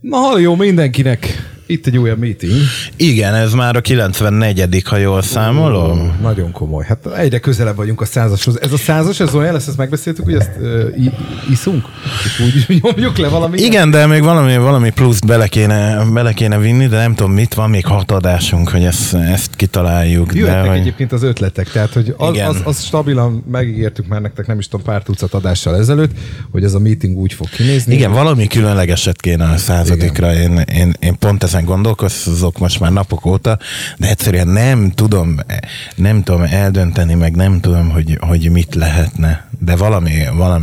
Na, jó mindenkinek! Itt egy újabb meeting. Igen, ez már a 94. ha jól számolom. Nagyon komoly. Hát egyre közelebb vagyunk a 100-ashoz. Ez a 100-as, ez olyan lesz, ezt megbeszéltük, hogy ezt iszunk? És úgy nyomjuk le valami? Igen, de még valami pluszt bele kéne vinni, de nem tudom mit, van még 6 adásunk, hogy ezt kitaláljuk. Jöhetnek hogy... egyébként az ötletek, tehát hogy az stabilan megígértük már nektek, nem is tudom, pár tucat adással ezelőtt, hogy ez a meeting úgy fog kinézni. Igen, valami különlegeset kéne a 100-ra. Én pont ezen gondolkozok most már napok óta, de egyszerűen nem tudom eldönteni, meg nem tudom, hogy mit lehetne. De valami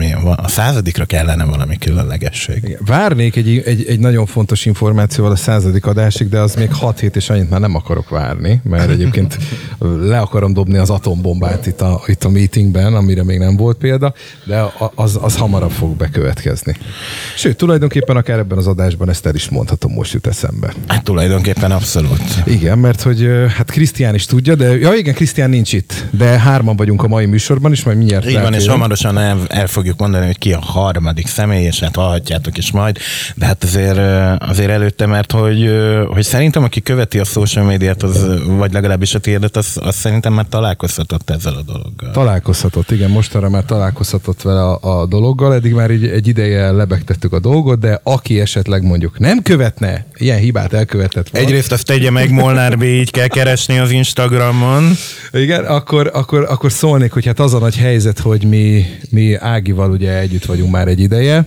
a 100-ra kellene valami különlegesség. Igen. Várnék egy nagyon fontos információval a 100. adásig, de az még 6 hét, és annyit már nem akarok várni, mert egyébként le akarom dobni az atombombát itt a meetingben, amire még nem volt példa, de az hamarabb fog bekövetkezni. Sőt, tulajdonképpen akár ebben az adásban ezt el is mondhatom, most jut eszembe. Hát tulajdonképpen abszolút. Igen, mert hogy hát Krisztián is tudja, de igen, Krisztián nincs itt, de 3-an vagyunk a mai műsorban is, majd mindjárt. Így van, és hamarosan el fogjuk mondani, hogy ki a harmadik személy, és hát hallhatjátok is majd, de hát azért előtte, mert hogy szerintem, aki követi a social médiát, vagy legalábbis a tiédet, az szerintem már találkozhatott ezzel a dologgal. Találkozhatott, igen, mostanra már találkozhatott vele a dologgal, eddig már egy ideje lebegtettük a dolgot, de aki esetleg mondjuk nem követne, ilyen hibát elkövetett volna. Egyrészt azt tegye meg, Molnár B, így kell keresni az Instagramon. Igen, akkor szólnék, hogy hát az a nagy helyzet, hogy mi Ágival ugye együtt vagyunk már egy ideje,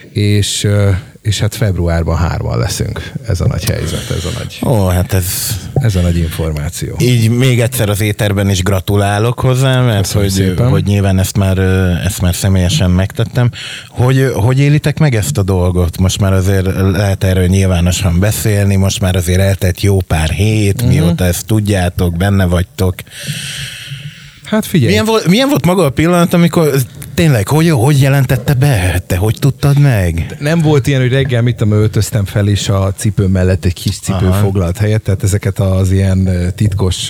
és hát februárban 3-an leszünk. Ez a nagy helyzet, ez a nagy... Ez a nagy információ. Így még egyszer az éterben is gratulálok hozzá, mert hogy nyilván ezt már személyesen megtettem. Hogy élitek meg ezt a dolgot? Most már azért lehet erről nyilvánosan beszélni, most már azért eltelt jó pár hét, mióta ezt tudjátok, benne vagytok. Hát figyelj. Milyen volt maga a pillanat, amikor tényleg, hogy jelentette be? Te hogy tudtad meg? Nem volt ilyen, hogy reggel öltöztem fel, és a cipőm mellett egy kis cipő foglalt helyet, tehát ezeket az ilyen titkos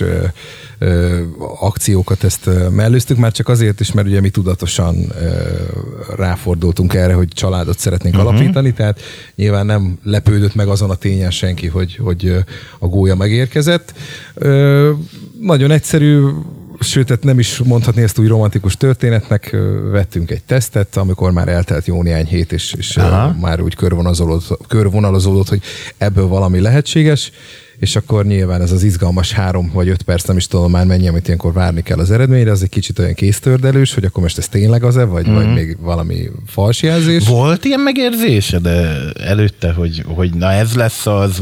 akciókat ezt mellőztük, már csak azért is, mert ugye mi tudatosan ráfordultunk erre, hogy családot szeretnénk alapítani, tehát nyilván nem lepődött meg azon a tényen senki, hogy a gólya megérkezett. Nagyon egyszerű, sőt, nem is mondhatni ezt úgy romantikus történetnek, vettünk egy tesztet, amikor már eltelt jó néhány hét, és már úgy körvonalazódott, hogy ebből valami lehetséges, és akkor nyilván ez az izgalmas 3 vagy 5 perc, nem is tudom már mennyi, amit ilyenkor várni kell az eredményre, az egy kicsit olyan kéztördelős, hogy akkor most ez tényleg az-e, vagy még valami falsjelzés. Volt ilyen megérzésed előtte, hogy na ez lesz az,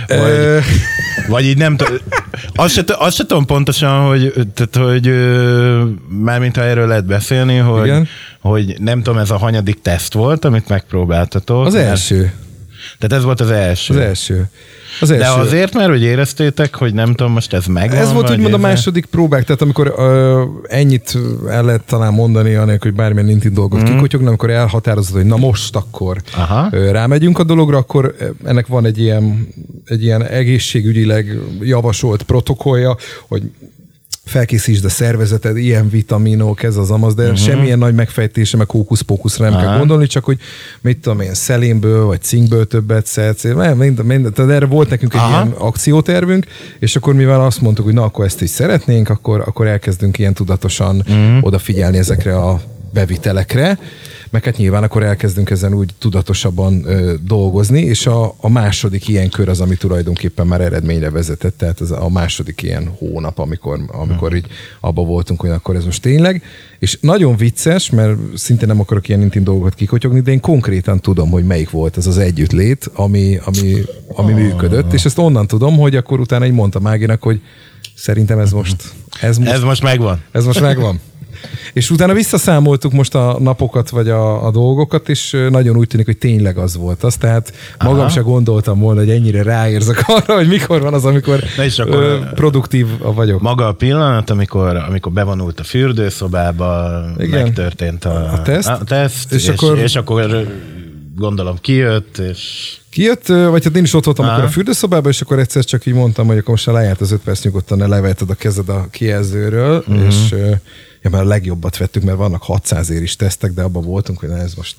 vagy így nem tudom. Azt se tudom pontosan, hogy mármint ha erről lehet beszélni, hogy nem tudom, ez a hanyadik teszt volt, amit megpróbáltatok. Az első. Tehát ez volt az első. Az első. De azért, mert hogy éreztétek, hogy nem tudom, most ez megvan? Ez volt úgymond a második próbák, tehát amikor ennyit el lehet talán mondani, anélkül, hogy bármilyen LinkedIn dolgot kikotyogna, amikor elhatározod, hogy na most akkor rámegyünk a dologra, akkor ennek van egy ilyen egészségügyileg javasolt protokollja, hogy felkészítsd a szervezeted, ilyen vitaminok, ez az amaz, de semmilyen nagy megfejtése, meg hókusz-pókuszra nem kell gondolni, csak hogy mit tudom én, szelénből, vagy cinkből többet szedsz, tehát erre volt nekünk egy ilyen akciótervünk, és akkor mivel azt mondtuk, hogy na, akkor ezt is szeretnénk, akkor elkezdünk ilyen tudatosan odafigyelni ezekre a bevitelekre, meg hát nyilván akkor elkezdünk ezen úgy tudatosabban dolgozni, és a második ilyen kör az, ami tulajdonképpen már eredményre vezetett, tehát ez a második ilyen hónap, amikor így abba voltunk, hogy akkor ez most tényleg. És nagyon vicces, mert szintén nem akarok ilyen intim dolgokat kikotyogni, de én konkrétan tudom, hogy melyik volt ez az együttlét, ami működött, és ezt onnan tudom, hogy akkor utána így mondtam Áginak, hogy szerintem ez most megvan. Ez most megvan. És utána visszaszámoltuk most a napokat, vagy a dolgokat, és nagyon úgy tűnik, hogy tényleg az volt az. Tehát magam sem gondoltam volna, hogy ennyire ráérzek arra, hogy mikor van az, amikor produktív vagyok. Maga a pillanat, amikor bevonult a fürdőszobába, megtörtént a teszt és akkor gondolom kijött, vagy hát én is ott voltam akkor a fürdőszobában, és akkor egyszer csak így mondtam, hogy akkor most lejárt az 5 perc, nyugodtan ne leveheted a kezed a kijelzőről, és mert a legjobbat vettük, mert vannak 600 is tesztek, de abban voltunk, hogy ez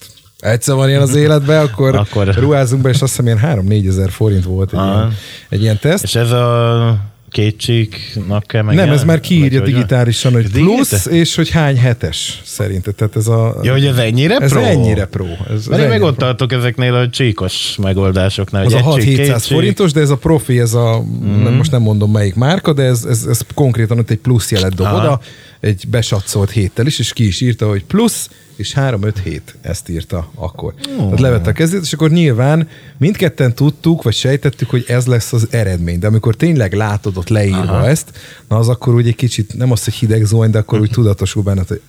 egyszer van ilyen az életben, akkor ruházunk be, és azt hiszem ilyen 3-4 ezer forint volt egy ilyen teszt. És ez a két csíknak kell meg. Nem, ez már kiírja digitálisan, hogy plusz, és hogy hány hetes szerinted. Tehát ez a... Ja, hogy ez ennyire pro? Ez ennyire pro. Mert én meg ott tartok ezeknél a csíkos megoldásoknál. Az a 6-700 forintos, de ez a profi, ez a, most nem mondom melyik márka, de ez konkrétan ott egy plusz jelet dob oda, egy besatszólt héttel is, és ki is írta, hogy plusz, és 3-5 hét, ezt írta akkor. Tehát levette a kezét, és akkor nyilván mindketten tudtuk, vagy sejtettük, hogy ez lesz az eredmény. De amikor tényleg látod ott leírva ezt, na az akkor úgy egy kicsit, nem az, hogy hideg zuhany, de akkor úgy tudatosul benned, hogy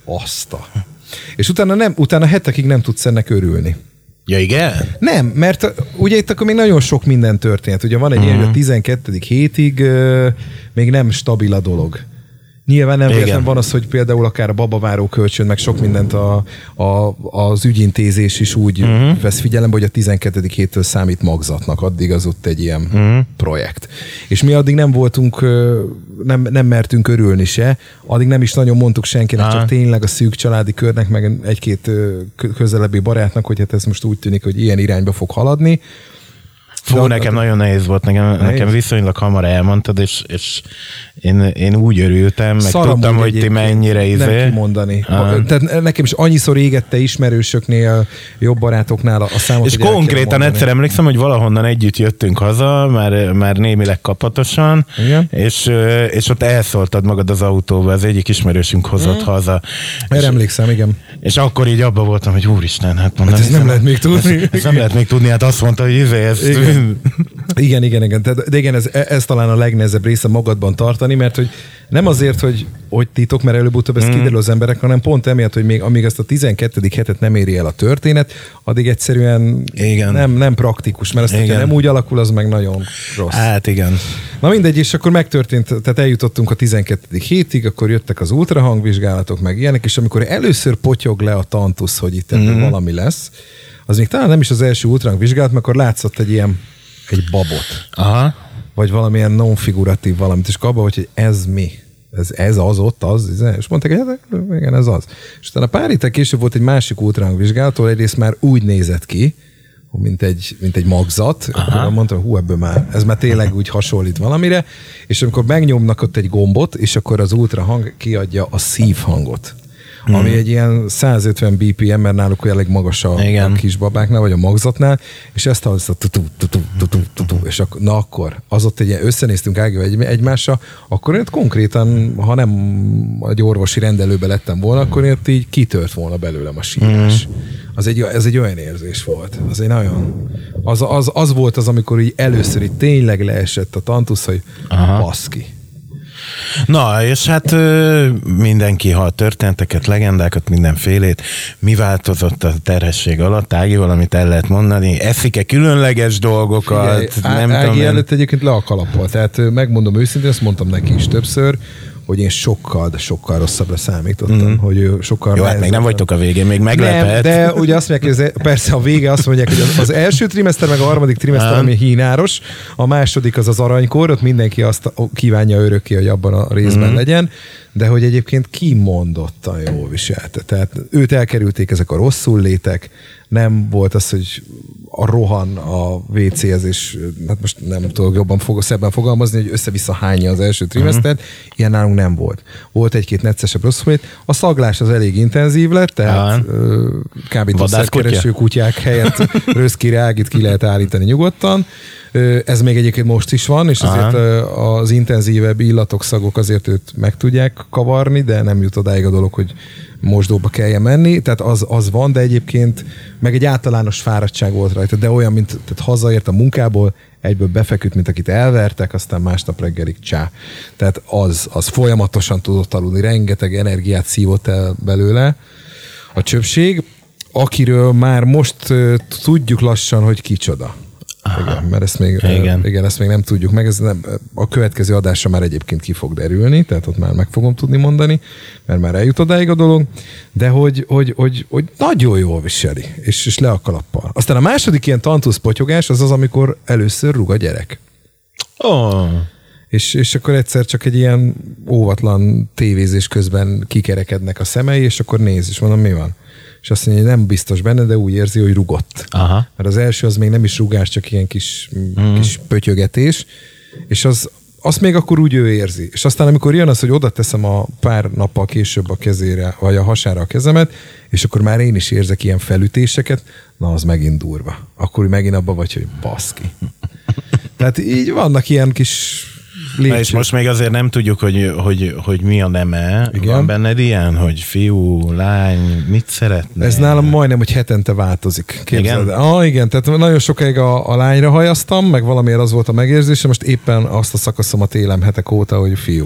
És utána hetekig nem tudsz ennek örülni. Ja, igen? Nem, mert ugye itt akkor még nagyon sok minden történt. Ugye van egy ilyen, hogy a 12. hétig még nem stabil a dolog. Nyilván nem véletlen van az, hogy például akár a babaváró kölcsön, meg sok mindent az ügyintézés is úgy vesz figyelembe, hogy a 12. héttől számít magzatnak. Addig az ott egy ilyen projekt. És mi addig nem voltunk, nem mertünk örülni se, addig nem is nagyon mondtuk senkinek, csak tényleg a szűk családi körnek, meg egy-két közelebbi barátnak, hogy hát ez most úgy tűnik, hogy ilyen irányba fog haladni. Fú, nekem nagyon nehéz volt, nekem viszonylag hamar elmondtad, és én úgy örültem, meg tudtam, hogy ti mennyire nem kimondani. Tehát nekem is annyiszor égette ismerősöknél, jobb barátoknál a számot. És konkrétan egyszer emlékszem, hogy valahonnan együtt jöttünk haza, már némileg kapatosan, és ott elszóltad magad az autóba, az egyik ismerősünk hozott haza. Erre emlékszem, igen. És akkor így abba voltam, hogy úristen, hát mondom. Hát ezt nem lehet még tudni. Ezt nem lehet még tudni, hát azt mondta, hogy ezt... Igen. De igen, ez talán a legnehezebb része magadban tartani, mert hogy nem azért, hogy titok, mert előbb-utóbb ez kiderül az emberek, hanem pont emiatt, hogy még amíg ezt a 12. hetet nem éri el a történet, addig egyszerűen nem praktikus, mert azt, hogyha nem úgy alakul, az meg nagyon rossz. Hát igen. Na mindegy, és akkor megtörtént, tehát eljutottunk a 12. hétig, akkor jöttek az ultrahangvizsgálatok, meg ilyenek, és amikor először potyog le a tantusz, hogy itt valami lesz, az még talán nem is az első ultrahangvizsgálat, mert akkor látszott egy babot. Aha. Vagy valamilyen non-figuratív valamit, és abban, hogy ez mi? Ez az ott, az? És mondták, hogy igen, ez az. És utána pár héttel később volt egy másik ultrahangvizsgálattól, egyrészt már úgy nézett ki, mint egy magzat. Akkor mondtam, hogy ebből ez már tényleg úgy hasonlít valamire, és amikor megnyomnak ott egy gombot, és akkor az ultrahang kiadja a szívhangot. Ami egy ilyen 150 BPM, mert náluk elég magas a kisbabáknál, vagy a magzatnál, és ezt hallott és akkor az ott egy ilyen összenéztünk Ágival egymással, akkor én konkrétan, ha nem egy orvosi rendelőbe lettem volna, akkor én így kitört volna belőlem a sírás. Ez egy olyan érzés volt. Az egy nagyon... Az volt az, amikor így először így tényleg leesett a tantusz, hogy baszki. Na, és hát mindenki hall történeteket, legendákat, mindenfélét. Mi változott a terhesség alatt? Ági, valamit el lehet mondani? Eszik-e különleges dolgokat? Figyelj, Ági előtt egyébként le a kalappal. Tehát megmondom őszintén, ezt mondtam neki is többször, hogy én sokkal rosszabbra számítottam, hogy ő sokkal... Jó, hát még nem vagytok a végén, még meglepett. Nem, de ugye azt mondják, hogy persze a vége azt mondják, hogy az első trimester, meg a harmadik trimester, ami hínáros, a második az aranykor, ott mindenki azt kívánja örökké, hogy abban a részben legyen, de hogy egyébként kimondottan jól viselte. Tehát őt elkerülték ezek a rosszul létek, nem volt az, hogy a rohan a WC-hez, és hát most nem tudok szebben fogalmazni, hogy össze-vissza hányja az első trimestert, ilyen nálunk nem volt. Volt egy-két neccesebb rosszulét. A szaglás az elég intenzív lett, tehát kábítószerkereső kutyák helyett Röszkire Ágit ki lehet állítani nyugodtan. Ez még egyébként most is van, és azért az intenzívebb illatok, szagok azért őt meg tudják kavarni, de nem jut odáig a dolog, hogy mosdóba kelljen menni, tehát az van, de egyébként meg egy általános fáradtság volt rajta, de olyan, mint tehát hazaért a munkából, egyből befeküdt, mint akit elvertek, aztán másnap reggelig csá. Tehát az folyamatosan tudott aludni, rengeteg energiát szívott el belőle a csöpség, akiről már most tudjuk lassan, hogy kicsoda. Igen, mert ezt még nem tudjuk meg, a következő adásra már egyébként ki fog derülni, tehát ott már meg fogom tudni mondani, mert már eljut odáig a dolog, de hogy nagyon jól viseli, és le a kalappal. Aztán a második ilyen tantuszpotyogás az, amikor először rúg a gyerek. És akkor egyszer csak egy ilyen óvatlan tévézés közben kikerekednek a szemei, és akkor néz, és mondom, mi van? és azt mondja, hogy nem biztos benne, de úgy érzi, hogy rugott. Aha. Mert az első az még nem is rugás, csak ilyen kis pötyögetés, és azt még akkor úgy ő érzi. És aztán amikor jön az, hogy oda teszem a pár nappal később a kezére, vagy a hasára a kezemet, és akkor már én is érzek ilyen felütéseket, na az megint durva. Akkor megint abba vagy, hogy baszki. Tehát így vannak ilyen kis lépcsők. És most még azért nem tudjuk, hogy mi a neme. Igen? Van benned ilyen, hogy fiú, lány, mit szeretne? Ez nálam majdnem, hogy hetente változik. Képzeld. Igen? Igen, tehát nagyon sokáig a lányra hajaztam, meg valamiért az volt a megérzésem, most éppen azt a szakaszomat élem hetek óta, hogy fiú.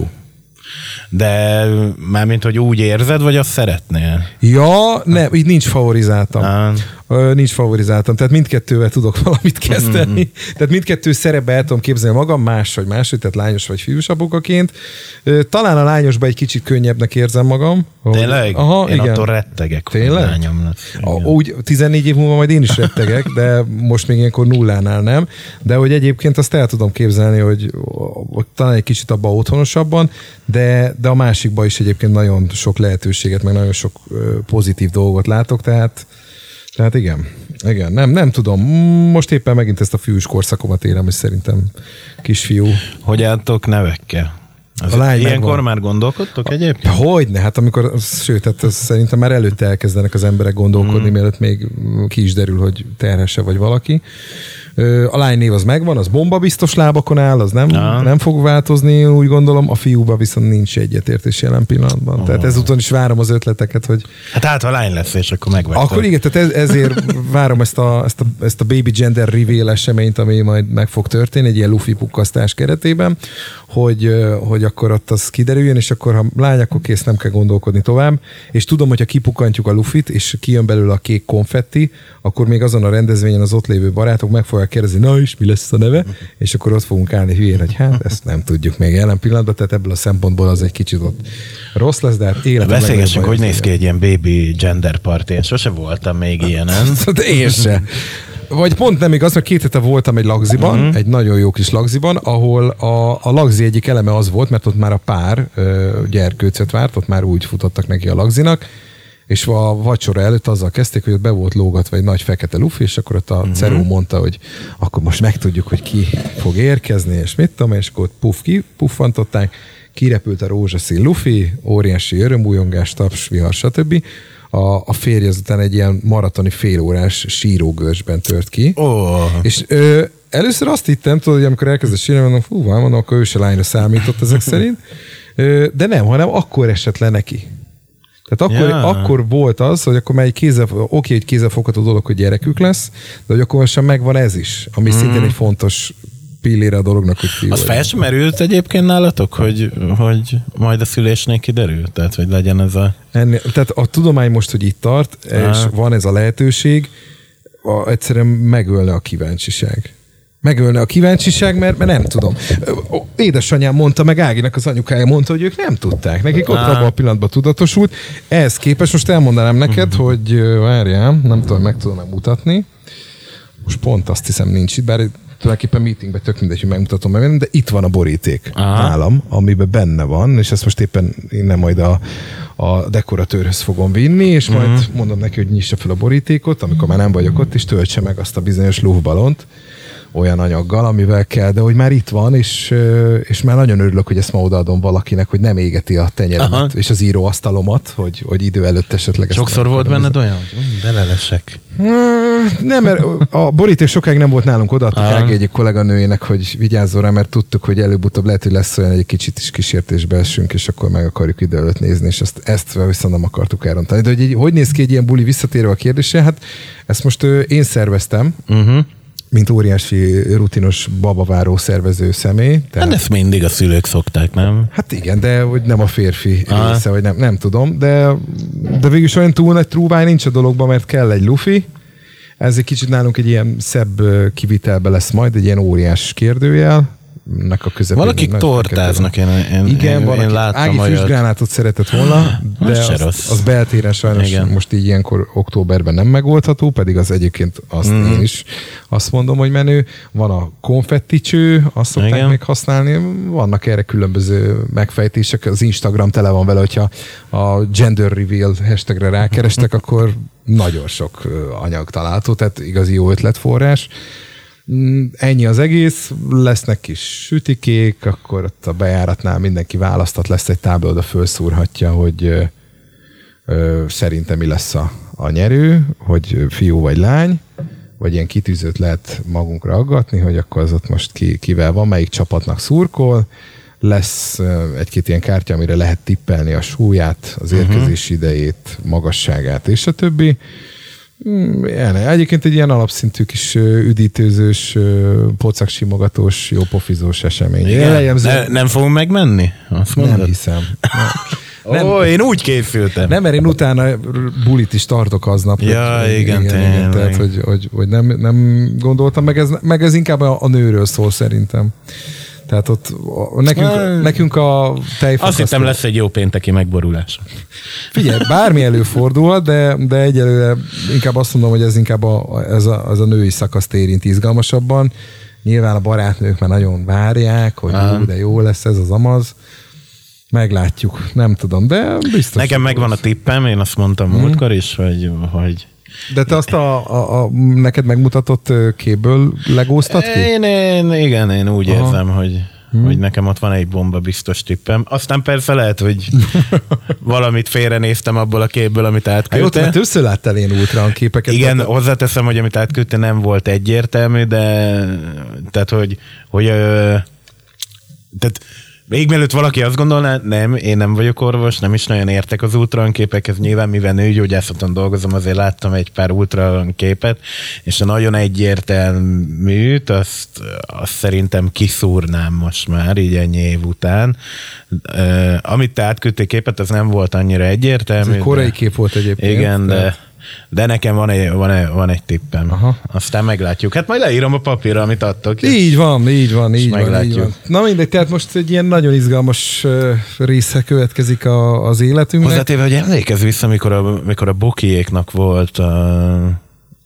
De mármint, hogy úgy érzed, vagy azt szeretnél? Ja, nem, így nincs favorizáltam. Nincs favorizáltam, tehát mindkettővel tudok valamit kezdeni. Tehát mindkettő szerepbe el tudom képzelni magam, máshogy, tehát lányos vagy fiús apukaként. Talán a lányosban egy kicsit könnyebbnek érzem magam. Tényleg? Aha, én igen. Attól rettegek, hogy lányom lesz. Úgy 14 év múlva majd én is rettegek, de most még ilyenkor nullánál nem. De hogy egyébként azt el tudom képzelni, hogy talán egy kicsit abban otthonosabban, de a másikban is egyébként nagyon sok lehetőséget, meg nagyon sok pozitív dolgot látok, tehát igen, nem tudom. Most éppen megint ezt a fiús korszakomat élem, és szerintem kisfiú. Hogy álltok nevekkel? Ilyenkor már gondolkodtok egyébként? Hogyne, hát amikor, sőt, hát szerintem már előtte elkezdenek az emberek gondolkodni, mielőtt még ki is derül, hogy terhesse vagy valaki. A lánynév az megvan, az bombabiztos lábakon áll, az nem fog változni, úgy gondolom. A fiúba viszont nincs egyetértés jelen pillanatban. Tehát ezúton is várom az ötleteket, hogy... Hát ha lány lesz, és akkor megvágtam. Akkor igen, tehát ezért várom ezt a baby gender reveal eseményt, ami majd meg fog történni, egy ilyen lufi pukkasztás keretében, hogy akkor ott az kiderüljön, és akkor ha lány, akkor kész, nem kell gondolkodni tovább. És tudom, hogyha kipukkantjuk a lufit, és kijön belőle a kék konfetti, akkor még azon a rendezvényen az ott lévő barátok meg fogják kérdezni, na és mi lesz a neve? És akkor ott fogunk állni hülyén, hogy hát ezt nem tudjuk még jelen pillanatban, tehát ebből a szempontból az egy kicsit ott rossz lesz, de hát életem. Beszélgessünk, hogy néz ki egy ilyen baby gender party. Én sose voltam még ilyenen. De én se. Vagy pont nem igaz, mert 2 hete voltam egy lagziban, egy nagyon jó kis lagziban, ahol a lagzi egyik eleme az volt, mert ott már a pár gyerkőcöt várt, ott már úgy futottak neki a lagzinak, és a vacsora előtt azzal kezdték, hogy ott be volt lógatva egy nagy fekete lufi, és akkor ott a Ceró mondta, hogy akkor most megtudjuk, hogy ki fog érkezni, és mit tudom, és akkor ott kipuffantották, kirepült a rózsaszín lufi, óriási örömújongás, taps, vihar, stb. A férj azután egy ilyen maratoni félórás sírógörcsben tört ki. És először azt hittem, tudod, hogy amikor elkezdett sírni, mondom, akkor ő se lányra számított ezek szerint, de nem, hanem akkor esett le neki. Tehát akkor volt az, hogy akkor már egy kézzelfogható dolog, hogy gyerekük lesz, de hogy akkor sem megvan ez is, ami szintén egy fontos pillére a dolognak, hogy fiú. Az fel sem merült egyébként nálatok, hogy majd a szülésnél kiderül? Tehát, hogy legyen ez a... Tehát a tudomány most, hogy itt tart, és van ez a lehetőség, egyszerűen megölne a kíváncsiság. Megölne a kíváncsiság, mert nem tudom. Édesanyám mondta, meg Áginak az anyukája mondta, hogy ők nem tudták. Nekik ott abban a pillanatban tudatosult. Ehhez képest most elmondanám neked, hogy várjál, nem tudom, meg tudom mutatni. Most pont azt hiszem nincs itt, bár tulajdonképpen meetingben tök mindegy, hogy megmutatom meg, de itt van a boríték nálam, amiben benne van, és ezt most éppen innen majd a dekoratőrhöz fogom vinni, és majd mondom neki, hogy nyissa fel a borítékot, amikor már nem vagyok ott, és töltse meg azt a bizonyos luftballont olyan anyaggal, amivel kell, de hogy már itt van, és már nagyon örülök, hogy ezt ma odaadom valakinek, hogy nem égeti a tenyeremet, és az íróasztalomat, hogy idő előtt esetleg... Sokszor volt benned olyan, hogy belelesek? Nem, mert a boríték sokáig nem volt nálunk, odaadtuk Ági egyik kolléganőjének, hogy vigyázzon rá, mert tudtuk, hogy előbb-utóbb lehet, hogy lesz olyan, egy kicsit is kísértésbe essünk, és akkor meg akarjuk idő előtt nézni, és ezt viszont nem akartuk elrontani. De hogy néz ki egy ilyen buli, visszatérve a kérdésre? Hát ezt most én szerveztem, mint óriási rutinos babaváró szervező személy. Hát ezt mindig a szülők szokták, nem? Hát igen, de hogy nem a férfi része, vagy nem tudom, de végülis olyan túl nagy trúváj nincs a dologban, mert kell egy lufi. Ez egy kicsit nálunk egy ilyen szebb kivitelbe lesz majd, egy ilyen óriás kérdőjel, a közepén. Valakik tortáznak, én valaki láttam Ági füstgránátot szeretett volna, de az beltéren sajnos most így ilyenkor októberben nem megoldható, pedig az egyébként én is azt mondom, hogy menő. Van a konfetticső, azt szokták még használni, vannak erre különböző megfejtések, az Instagram tele van vele, hogyha a gender reveal hashtagre rákerestek, akkor nagyon sok anyag található, tehát igazi jó ötletforrás. Ennyi az egész, lesznek kis sütikék, akkor ott a bejáratnál mindenki választat, lesz egy tábla, oda felszúrhatja, hogy szerintem mi lesz a nyerő, hogy fiú vagy lány, vagy ilyen kitűzőt lehet magunkra aggatni, hogy akkor az ott most kivel van, melyik csapatnak szurkol. Lesz egy-két ilyen kártya, amire lehet tippelni a súlyát, az érkezési idejét, magasságát és a többi. Egyébként egy ilyen alapszintű kis üdítőzős, pocaksimogatós, jópofizós esemény. Nem fogunk megmenni? Azt nem hiszem. Én úgy készültem. Nem, mert én utána bulit is tartok aznap. Ja, igen. Tehát, hogy nem gondoltam, meg ez inkább a nőről szól szerintem. Tehát ott nekünk a tejfakasztó... Azt hittem lesz egy jó pénteki megborulás. Figyelj, bármi előfordulhat, de egyelőre inkább azt mondom, hogy ez inkább ez a női szakaszt érint izgalmasabban. Nyilván a barátnők már nagyon várják, hogy de jó lesz ez az amaz. Meglátjuk, nem tudom, de biztos. Nekem megvan a tippem, én azt mondtam múltkor is, hogy de te azt a neked megmutatott képből legóztad ki? Én úgy érzem, hogy nekem ott van egy bomba biztos tippem. Aztán persze lehet, hogy valamit félrenéztem abból a képből, amit átküldte. Ott már többször láttál én ultrán képeket. Igen, hozzáteszem, hogy amit átküldte nem volt egyértelmű, de tehát, hogy tehát még mielőtt valaki azt gondolná, nem, én nem vagyok orvos, nem is nagyon értek az ultrahanképekhez, nyilván mivel nőgyógyászaton dolgozom, azért láttam egy pár ultrahanképet, és a nagyon egyértelműt, azt szerintem kiszúrnám most már, így ennyi év után. Amit te átküldtél képet, az nem volt annyira egyértelmű. Ez korai kép volt egyébként. Igen, de nekem van egy tippem. Aha. Aztán meglátjuk. Hát majd leírom a papírra, amit adtok. Így van. Na mindegy, tehát most egy ilyen nagyon izgalmas része következik az életünknek. Hozzátéve, hogy emlékezz vissza, mikor a Bokiéknak volt a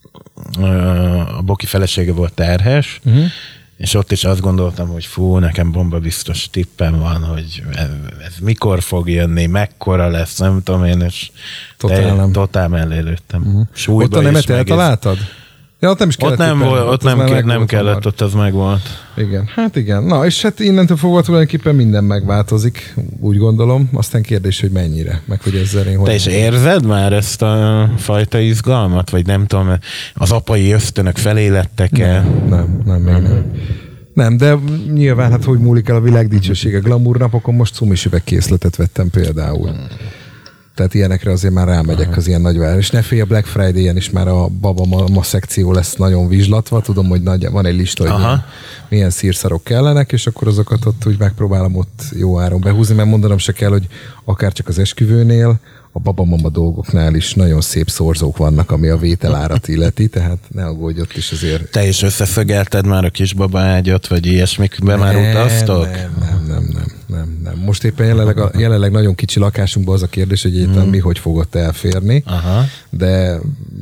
Boki felesége volt terhes, és ott is azt gondoltam, hogy nekem bomba biztos tippem van, hogy ez mikor fog jönni, mekkora lesz, nem tudom én, és totál mellé lőttem. Ott a nemet eltaláltad? Ja, ott nem is kellett. Ott nem kellett, ott az meg volt. Igen, hát igen. Na, és hát innentől fogva tulajdonképpen minden megváltozik, úgy gondolom. Aztán kérdés, hogy mennyire, meg hogy ezzel én Te is érzed már ezt a fajta izgalmat? Vagy nem tudom, az apai ösztönök felélettek-e? Nem. Nem, de nyilván, hát hogy múlik el a világ dicsősége. Glamour napokon most cumis üvegkészletet vettem például. Tehát ilyenekre azért már rámegyek az ilyen nagyváros. És ne félj, a Black Friday-en is már a baba-mama szekció lesz nagyon vizslatva. Tudom, hogy van egy lista, hogy milyen szírszarok kellenek, és akkor azokat ott úgy megpróbálom ott jó áron behúzni, mert mondanom se kell, hogy akár csak az esküvőnél, a baba-mama dolgoknál is nagyon szép szorzók vannak, ami a vételárat illeti, tehát ne aggódj, ott is azért. Te is összefögelted már a kisbaba ágyat, vagy ilyesmikben már utaztok? Nem. Most éppen jelenleg nagyon kicsi lakásunkban az a kérdés, hogy egyáltalán mi hogy fogott elférni. Aha. De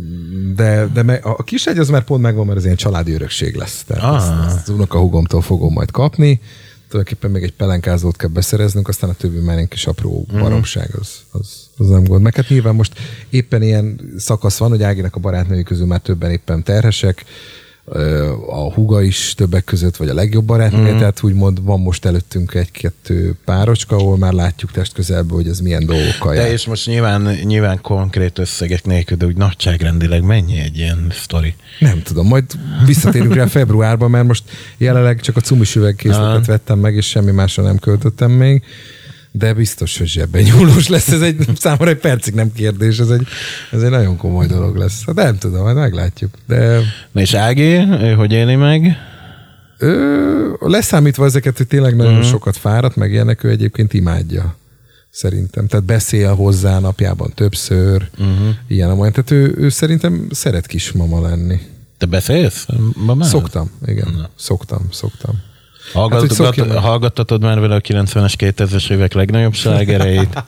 a kis ágy az már pont megvan, mert ez ilyen családi örökség lesz. Tehát ezt az unokahúgomtól fogom majd kapni. Tulajdonképpen még egy pelenkázót kell beszereznünk, aztán a többi már egy kis apró baromság, az nem gond. Meg hát nyilván most éppen ilyen szakasz van, hogy Áginak a barátnői közül már többen éppen terhesek, a húga is többek között, vagy a legjobb barátnője, tehát úgymond van most előttünk egy-kettő párocska, ahol már látjuk testközelből, hogy ez milyen dolgokkal jár. De és most nyilván konkrét összegek nélkül, de úgy nagyságrendileg mennyi egy ilyen sztori? Nem tudom, majd visszatérünk rá februárban, mert most jelenleg csak a cumis üvegkészletet vettem meg, és semmi másra nem költöttem még. De biztos, hogy zsebben nyúlós lesz. Ez számomra egy percig nem kérdés. Ez egy nagyon komoly dolog lesz. Hát nem tudom, majd meglátjuk. De... Na és Ági, hogy éli meg? Leszámítva ezeket, hogy tényleg nagyon sokat fáradt, meg ilyenek, ő egyébként imádja. Szerintem. Tehát beszél hozzá napjában többször. Ilyen amolyan. Tehát ő szerintem szeret kismama lenni. Te beszélsz? Szoktam, igen. Szoktam. Hallgattatod már vele a 90-es, 2000-es évek legnagyobb slágereit?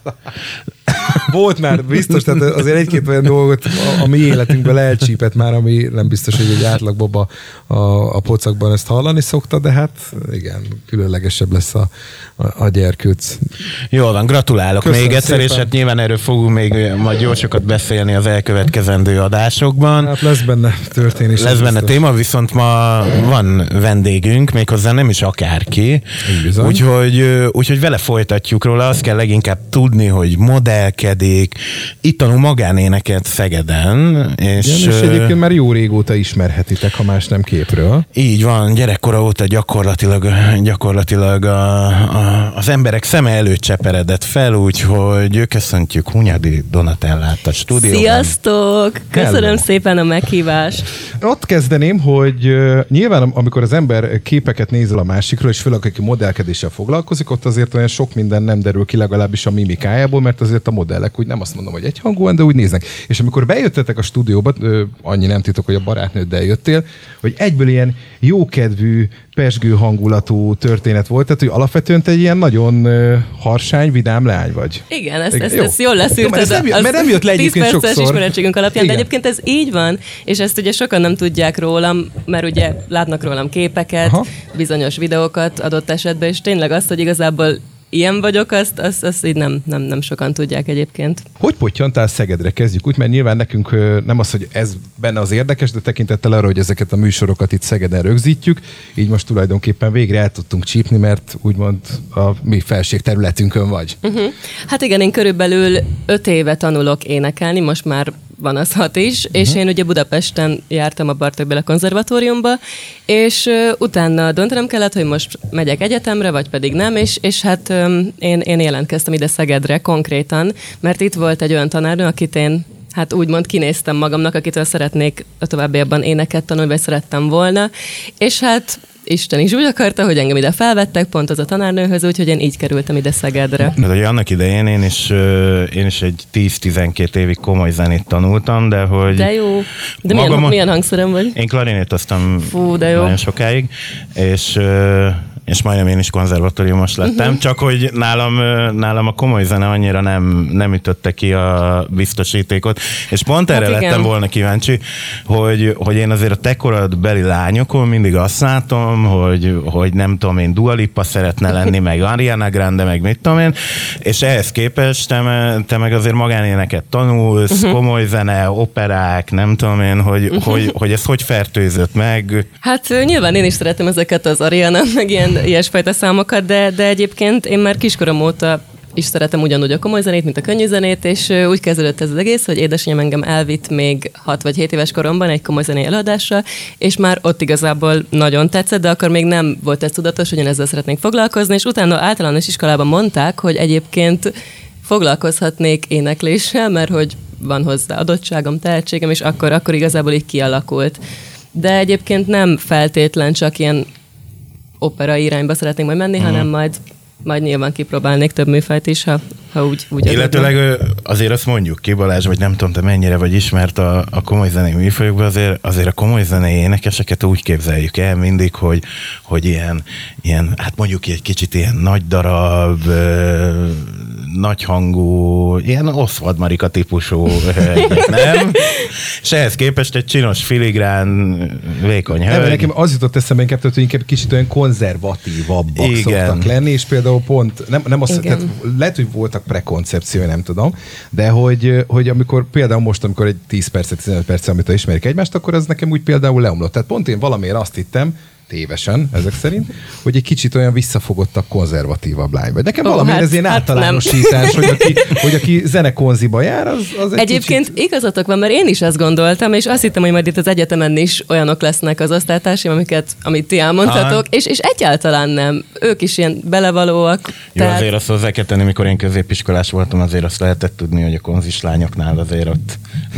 Volt már, biztos, tehát azért egy-két olyan dolgot a mi életünkből elcsípett már, ami nem biztos, hogy egy átlagbaba a pocakban ezt hallani szokta, de hát igen, különlegesebb lesz a gyerkőc. Jól van, gratulálok. Köszönöm még egyszer, szépen. És hát nyilván erről fogunk még majd gyorsokat beszélni az elkövetkezendő adásokban. Hát lesz benne történés. Lesz benne téma, viszont ma van vendégünk, méghozzá nem is akárki. Úgyhogy vele folytatjuk róla. Azt kell leginkább tudni, hogy modellkedik, itt tanul magánéneket Szegeden. És egyébként már jó régóta ismerhetitek, ha más nem képről. Így van, gyerekkora óta gyakorlatilag az emberek szeme előtt cseperedett fel, úgyhogy köszöntjük Hunyadi Donatellát a stúdióban. Sziasztok! Köszönöm szépen a meghívást. Ott kezdeném, hogy nyilván amikor az ember képeket nézel a másikról, és főleg aki modellkedéssel foglalkozik, ott azért olyan sok minden nem derül ki, legalábbis a mimikájából, mert azért a modellek úgy nem azt mondom, hogy egyhangúan, de úgy néznek. És amikor bejöttetek a stúdióba, annyi nem titok, hogy a barátnőddel jöttél, hogy egyből ilyen jókedvű, pezsgő hangulatú történet volt, tehát hogy alapvetően te egy ilyen nagyon harsány, vidám lány vagy. Igen, ezt jól leszűrted. Mert nem jött le egyébként 10 perces sokszor. ismerettségünk alapján, igen. De egyébként ez így van, és ezt ugye sokan nem tudják rólam, mert ugye látnak rólam képeket, bizonyos videókat adott esetben, és tényleg azt, hogy igazából ilyen vagyok, azt így nem sokan tudják egyébként. Hogy pottyantál Szegedre? Kezdjük úgy, mert nyilván nekünk nem az, hogy ez benne az érdekes, de tekintettel arra, hogy ezeket a műsorokat itt Szegeden rögzítjük, így most tulajdonképpen végre el tudtunk csípni, mert úgymond a mi felségterületünkön vagy. Hát igen, én körülbelül 5 éve tanulok énekelni, most már van az 6 is, és én ugye Budapesten jártam a Bartók Béla konzervatóriumba, és utána döntenem kellett, hogy most megyek egyetemre, vagy pedig nem, és hát én jelentkeztem ide Szegedre konkrétan, mert itt volt egy olyan tanárnő, akit én hát úgymond kinéztem magamnak, akitől szeretnék a továbbiakban éneket tanulni, vagy szerettem volna, és hát Isten is úgy akarta, hogy engem ide felvettek, pont az a tanárnőhöz, úgyhogy én így kerültem ide Szegedre. De ugye annak idején én is egy 10-12 évig komoly zenét tanultam, de hogy... De jó. De milyen hangszerem vagy? Én klarinétoztam nagyon sokáig, és majdnem én is konzervatóriumos lettem, csak hogy nálam a komoly zene annyira nem ütötte ki a biztosítékot, és pont erre lettem volna kíváncsi, hogy én azért a te korodbeli lányokon mindig azt látom, hogy nem tudom én, Dua Lipa szeretne lenni, meg Ariana Grande, meg mit tudom én, és ehhez képest te meg azért magánéneket tanulsz, komoly zene, operák, nem tudom én, hogy ez hogy fertőzött meg. Hát nyilván én is szeretem ezeket az Ariana, meg ilyesfajta számokat, de egyébként én már kiskorom óta is szeretem ugyanúgy a komoly zenét, mint a könnyű zenét, és úgy kezdődött ez az egész, hogy édesanyám engem elvitt még 6 vagy 7 éves koromban egy komoly zenei előadásra, és már ott igazából nagyon tetszett, de akkor még nem volt ez tudatos, hogy én ezzel szeretnék foglalkozni, és utána általános iskolában mondták, hogy egyébként foglalkozhatnék énekléssel, mert hogy van hozzá adottságom, tehetségem, és akkor igazából így kialakult. De egyébként nem feltétlen csak ilyen opera irányba szeretnénk majd menni, hanem majd nyilván kipróbálnék több műfajt is, ha úgy illetőleg azért azt mondjuk ki, Balázs, vagy nem tudom, te mennyire vagy ismert a komoly zenei műfajokban, azért a komoly zenei énekeseket úgy képzeljük el mindig, hogy ilyen, hát mondjuk egy kicsit ilyen nagy darab, nagy hangú, ilyen Oswald Marika típusú hölgyek, nem? És ehhez képest egy csinos, filigrán, vékony hölgy. Nekem az jutott eszembe inkább, hogy inkább kicsit olyan konzervatívabbak szoktak lenni, és például pont, nem azt, tehát lehet, hogy voltak prekoncepciói, nem tudom, de hogy amikor például most, amikor egy 10 percet, 15 percet, amit ismerik egymást, akkor az nekem úgy például leomlott. Tehát pont én valamiért azt hittem, tévesen, ezek szerint, hogy egy kicsit olyan visszafogottabb, konzervatívabb lány vagy. Nekem valamiért ez ilyen általánosítás, hogy aki zenekonziba jár, az egy egyébként kicsit... igazatok van, mert én is ezt gondoltam, és azt hittem, hogy majd itt az egyetemen is olyanok lesznek az osztálytársaim, amit ti elmondhatok, és egyáltalán nem. Ők is ilyen belevalóak. Jó, azért azt hozzá kell tenni, mikor én középiskolás voltam, azért azt lehetett tudni, hogy a konzis lányoknál azért ott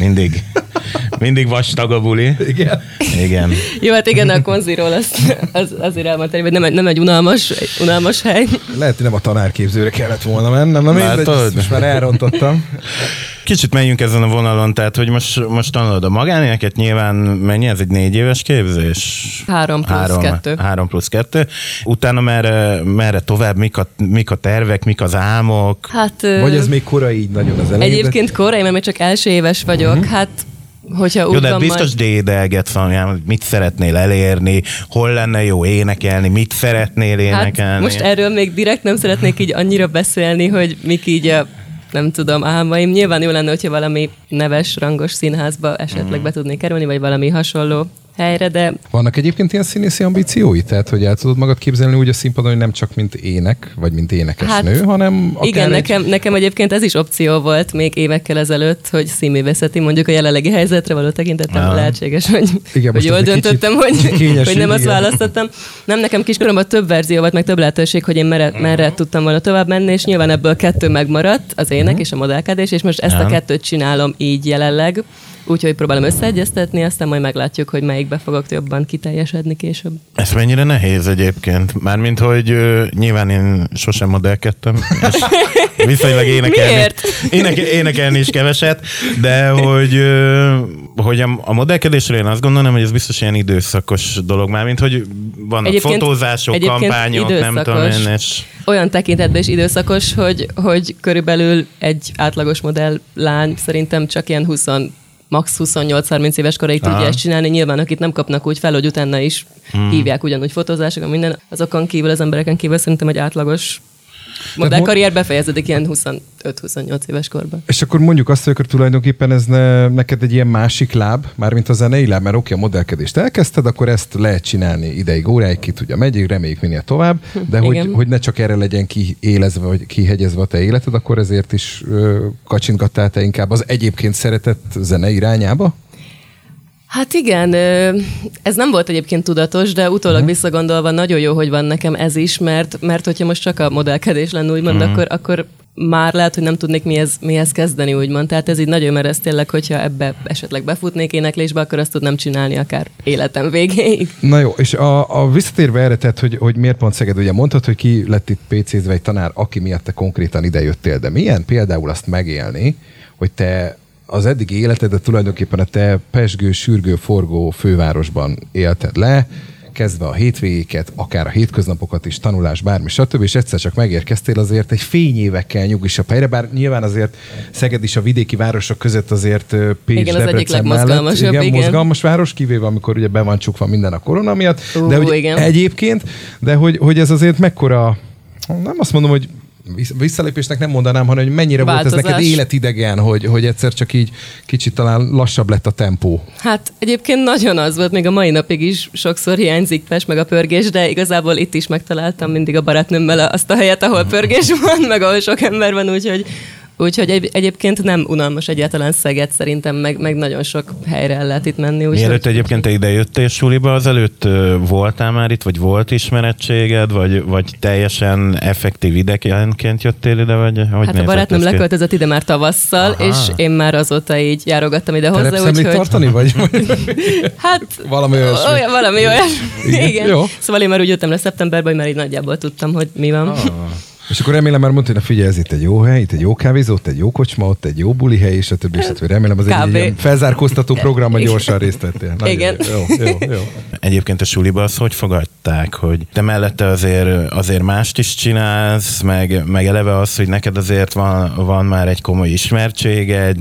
mindig vastag a buli. Igen. Jó, hát igen, a konziról azért elmondtál, hogy nem egy unalmas hely. Lehet, hogy nem a tanárképzőre kellett volna mennem, most már elrontottam. Kicsit menjünk ezen a vonalon, tehát, hogy most tanulod a magánéneket, nyilván mennyi, ez egy 4 éves képzés? 3+2. 3+2. Utána merre tovább, mik a tervek, mik az álmok? Hát, vagy ez még korai így nagyon az elején? Egyébként korai, mert még csak első éves vagyok, hát hogyha jó, de biztos dédelgetsz valamilyen, mit szeretnél elérni, hol lenne jó énekelni, mit szeretnél énekelni. Hát most erről még direkt nem szeretnék így annyira beszélni, hogy mik így a, nem tudom, álmaim. Nyilván jó lenne, hogyha valami neves, rangos színházba esetleg be tudnék kerülni, vagy valami hasonló helyre, de... Vannak egyébként ilyen színészi ambíciói? Tehát, hogy el tudod magad képzelni úgy a színpadon, hogy nem csak mint ének, vagy mint énekesnő, hanem akár igen, nekem egyébként ez is opció volt még évekkel ezelőtt, hogy színművészeti, mondjuk a jelenlegi helyzetre való tekintettem lehetséges, hogy, igen, hogy jól döntöttem, hogy nem azt választottam. Nem, nekem kiskoromban több verzió volt, meg több lehetőség, hogy én merre tudtam volna tovább menni, és nyilván ebből 2 megmaradt, az ének és a modellkedés, és most ezt a 2-t csinálom így jelenleg. Úgyhogy próbálom összeegyeztetni, aztán majd meglátjuk, hogy melyikbe fogok jobban kiteljesedni később. Ez mennyire nehéz egyébként? Mármint, hogy nyilván én sosem modellkedtem, és viszonylag énekelni is keveset, de hogy a modellkedésről én azt gondolom, hogy ez biztos ilyen időszakos dolog, mármint, hogy vannak fotózások, kampányok, nem tudom én, és... Olyan tekintetben is időszakos, hogy körülbelül egy átlagos modelllány szerintem csak ilyen max 28-30 éves koráig tudja ezt csinálni. Nyilván, akit nem kapnak úgy fel, hogy utána is hívják ugyanúgy fotózások, minden. Azokon kívül, az embereken kívül szerintem egy átlagos modellkarrier befejeződik ilyen 25-28 éves korban. És akkor mondjuk azt, hogy akkor tulajdonképpen ez neked egy ilyen másik láb, mármint a zenei láb, mert oké, a modellkedést elkezdted, akkor ezt lehet csinálni ideig, óráig, ki tudja, megyig, reméljük minél tovább, de hogy ne csak erre legyen kiélezve, vagy kihegyezve a te életed, akkor ezért is kacsintgattál te inkább az egyébként szeretett zene irányába? Hát igen, ez nem volt egyébként tudatos, de utólag visszagondolva nagyon jó, hogy van nekem ez is, mert hogyha most csak a modellkedés lenne, úgymond, akkor már lehet, hogy nem tudnék mihez kezdeni, úgymond. Tehát ez így nagyon, mert ez tényleg, hogyha ebbe esetleg befutnék éneklésbe, akkor azt tudnám csinálni akár életem végéig. Na jó, és a visszatérve erre, tehát, hogy miért pont Szeged, ugye mondtad, hogy ki lett itt PC-zve egy tanár, aki miatt te konkrétan idejöttél, de milyen például azt megélni, hogy te az eddigi életedet tulajdonképpen a te pezsgő, sürgő, forgó fővárosban élted le, kezdve a hétvégéket, akár a hétköznapokat is, tanulás, bármi, stb. És egyszer csak megérkeztél azért egy fényévekkel nyugisabb helyre, bár nyilván azért Szeged is a vidéki városok között azért Pécs, igen, Debrecen az egyik mellett. Igen, mozgalmas város, kivéve amikor ugye be van csukva minden a korona miatt. De hogy igen. egyébként, de hogy ez azért mekkora, nem azt mondom, hogy visszalépésnek nem mondanám, hanem hogy mennyire változás. Volt ez neked életidegen, hogy egyszer csak így kicsit talán lassabb lett a tempó. Hát egyébként nagyon az volt, még a mai napig is sokszor hiányzik Pest meg a pörgés, de igazából itt is megtaláltam mindig a barátnőmmel azt a helyet, ahol pörgés van, meg ahol sok ember van, úgyhogy egyébként nem unalmas egyáltalán Szeged szerintem, meg nagyon sok helyre el lehet itt menni. Mielőtt egyébként te ide jöttél suliba, azelőtt voltál már itt, vagy volt ismerettséged, vagy teljesen effektív idegenként jöttél ide, vagy hogy hát a barátnőm leköltözött ide már tavasszal, és én már azóta így járogattam ide hozzá. Terepszemlét tartani, vagy? Hát valami olyasmi. Valami olyasmi. Igen. Jó. Szóval én már úgy jöttem le szeptemberben, hogy már így nagyjából tudtam, hogy mi van. És akkor remélem már mondta, hogy figyelj, ez itt egy jó hely, itt egy jó kávézó, ott egy jó kocsma, ott egy jó buli hely, és a többi, és remélem az egy ilyen felzárkóztató programban gyorsan részt vettél. Igen. Jó. Egyébként a suliba azt hogy fogadták, hogy te mellette azért mást is csinálsz, meg eleve az, hogy neked azért van már egy komoly ismertséged,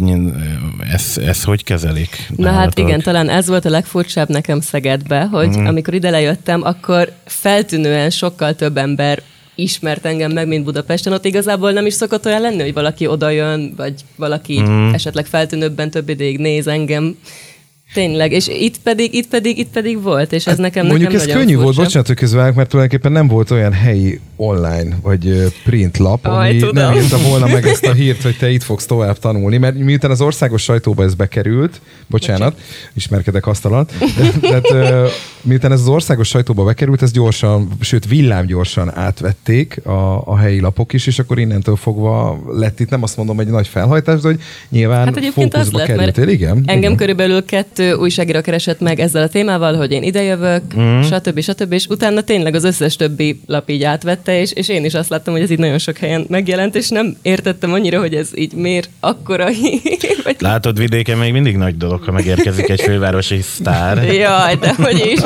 ezt hogy kezelik? Na hát igen, talán ez volt a legfurcsább nekem Szegedbe, hogy amikor ide lejöttem, akkor feltűnően sokkal több ember ismert engem meg, mint Budapesten. Ott igazából nem is szokott olyan lenni, hogy valaki odajön, vagy valaki esetleg feltűnőbben több ideig néz engem. Tényleg, és itt pedig volt, és ez nekem mondjuk ez könnyű volt, bocsánat, hogy közvágok, mert tulajdonképpen nem volt olyan helyi online vagy print lap, ami nem írta volna meg ezt a hírt, hogy te itt fogsz tovább tanulni, mert miután az országos sajtóba ez bekerült, bocsánat, ismerkedek asztalat, de miután ez az országos sajtóba bekerült, ez gyorsan, sőt villámgyorsan átvették a helyi lapok is, és akkor innentől fogva lett itt, nem azt mondom, egy nagy felhajtás, de hogy nyilván hát fókuszba kerültél, igen. Engem körülbelül 2 2 újságíró keresett meg ezzel a témával, hogy én idejövök, stb. És utána tényleg az összes többi lap így átvette, és én is azt láttam, hogy ez így nagyon sok helyen megjelent, és nem értettem annyira, hogy ez így miért akkora hír. Vagy... Látod, vidéken még mindig nagy dolog, ha megérkezik egy fővárosi sztár. Jaj, de hogy is.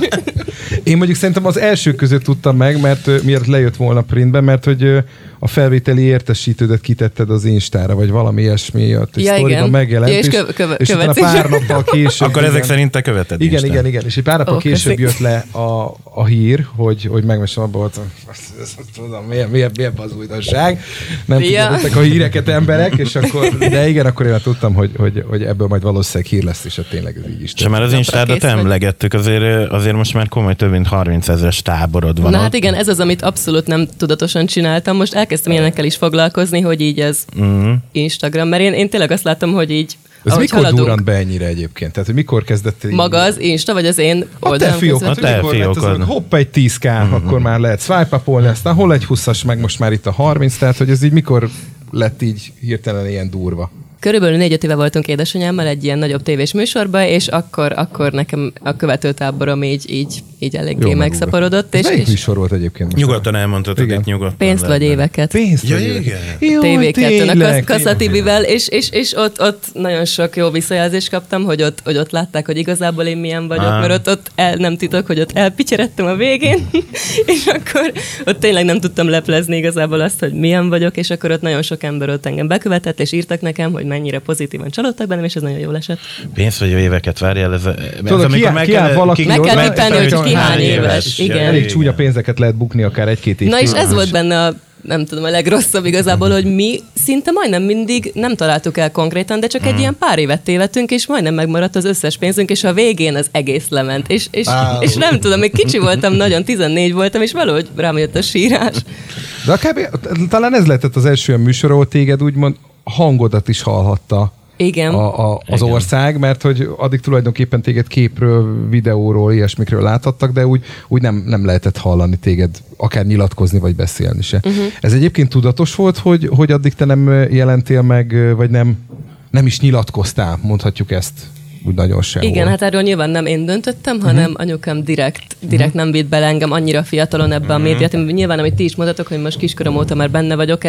Én mondjuk szerintem az első között tudtam meg, mert miért lejött volna printbe, mert hogy a felvételi értesítődet kitetted az Instára, vagy valami ilyesmi, a sztoriban megjelent, ja, és utána pár nappal később... Akkor ezek szerint te követed Igen, és egy pár nappal később jött le a hír, hogy megmesen abban volt, tudom, milyen az újdonság, nem tudják a híreket emberek, és akkor, de igen, akkor én tudtam, hogy ebből majd valószínűleg hír lesz, és tényleg ez így is. És már az Instádat emlegettük, azért most már komoly több mint 30 000-es táborod van. Na hát igen, ez az, amit abszolút nem tudatosan csináltam. Most elkezdtem ilyenekkel is foglalkozni, hogy így ez Instagram, mert én tényleg azt látom, hogy így ez mikor durrant be ennyire egyébként? Tehát, hogy mikor kezdett... Maga az Insta, vagy az én oldalam? A te fiókod. Hopp, egy 10K, akkor már lehet swipe-upolni, aztán hol egy 20-as, meg most már itt a 30, tehát, hogy ez így mikor lett így hirtelen ilyen durva? Körülbelül 4-5 éve voltunk édesanyámmal egy ilyen nagyobb tévés műsorban, és akkor nekem a követőtáborom így eléggé megszaporodott. Melyik műsor volt egyébként? Nyugodtan elmondhatod, itt nyugodtan. Pénzt vagy éveket. Pénzt vagy éveket. TV2-n a Kassa TV-vel, és ott nagyon sok jó visszajelzést kaptam, hogy ott látták, hogy igazából én milyen vagyok, mert ott nem titok, hogy ott elpicseredtem a végén, és akkor ott tényleg nem tudtam leplezni igazából azt, hogy milyen vagyok, és akkor ott nagyon sok ember ott engem bekövetett, és írtak nekem, hogy mennyire pozitívan csalódtak bennem, és ez nagyon jól esett. Pénzt vagy éveket, várjál, ez amikor meg kell tippelni, hogy ki hány éves. Igen. Elég csúnya pénzeket lehet bukni akár 1-2 év. Na és ez volt benne nem tudom, a legrosszabb igazából, hogy mi szinte majdnem mindig nem találtuk el konkrétan, de csak egy ilyen pár évet tévedtünk, és majdnem megmaradt az összes pénzünk, és a végén az egész lement. És nem tudom, még kicsi voltam, nagyon 14 voltam, és valahogy rám jött a sírás. De akár, talán ez lehetett az első olyan műsor, ahol téged úgymond hangodat is hallhatta. Igen. Az ország, mert hogy addig tulajdonképpen téged képről, videóról, ilyesmikről láthattak, de úgy nem lehetett hallani téged akár nyilatkozni, vagy beszélni se. Ez egyébként tudatos volt, hogy addig te nem jelentél meg, vagy nem is nyilatkoztál, mondhatjuk ezt úgy nagyon sehol. Igen, hát erről nyilván nem én döntöttem, hanem anyukám direkt nem vitt bele engem annyira fiatalon ebbe a médiát. Nyilván, amit ti is mondhatok, hogy most kiskorom óta már benne vagyok,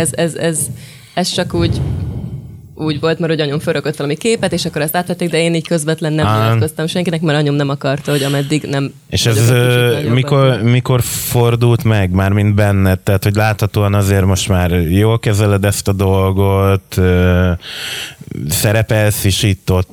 ez csak úgy volt, mert hogy anyum fölrakott valami képet, és akkor ezt átvették, de én így közvetlen nem nyilatkoztam senkinek, mert anyum nem akarta, hogy ameddig nem... És ez mikor fordult meg már, mint benned? Tehát, hogy láthatóan azért most már jól kezeled ezt a dolgot, szerepelsz is ott,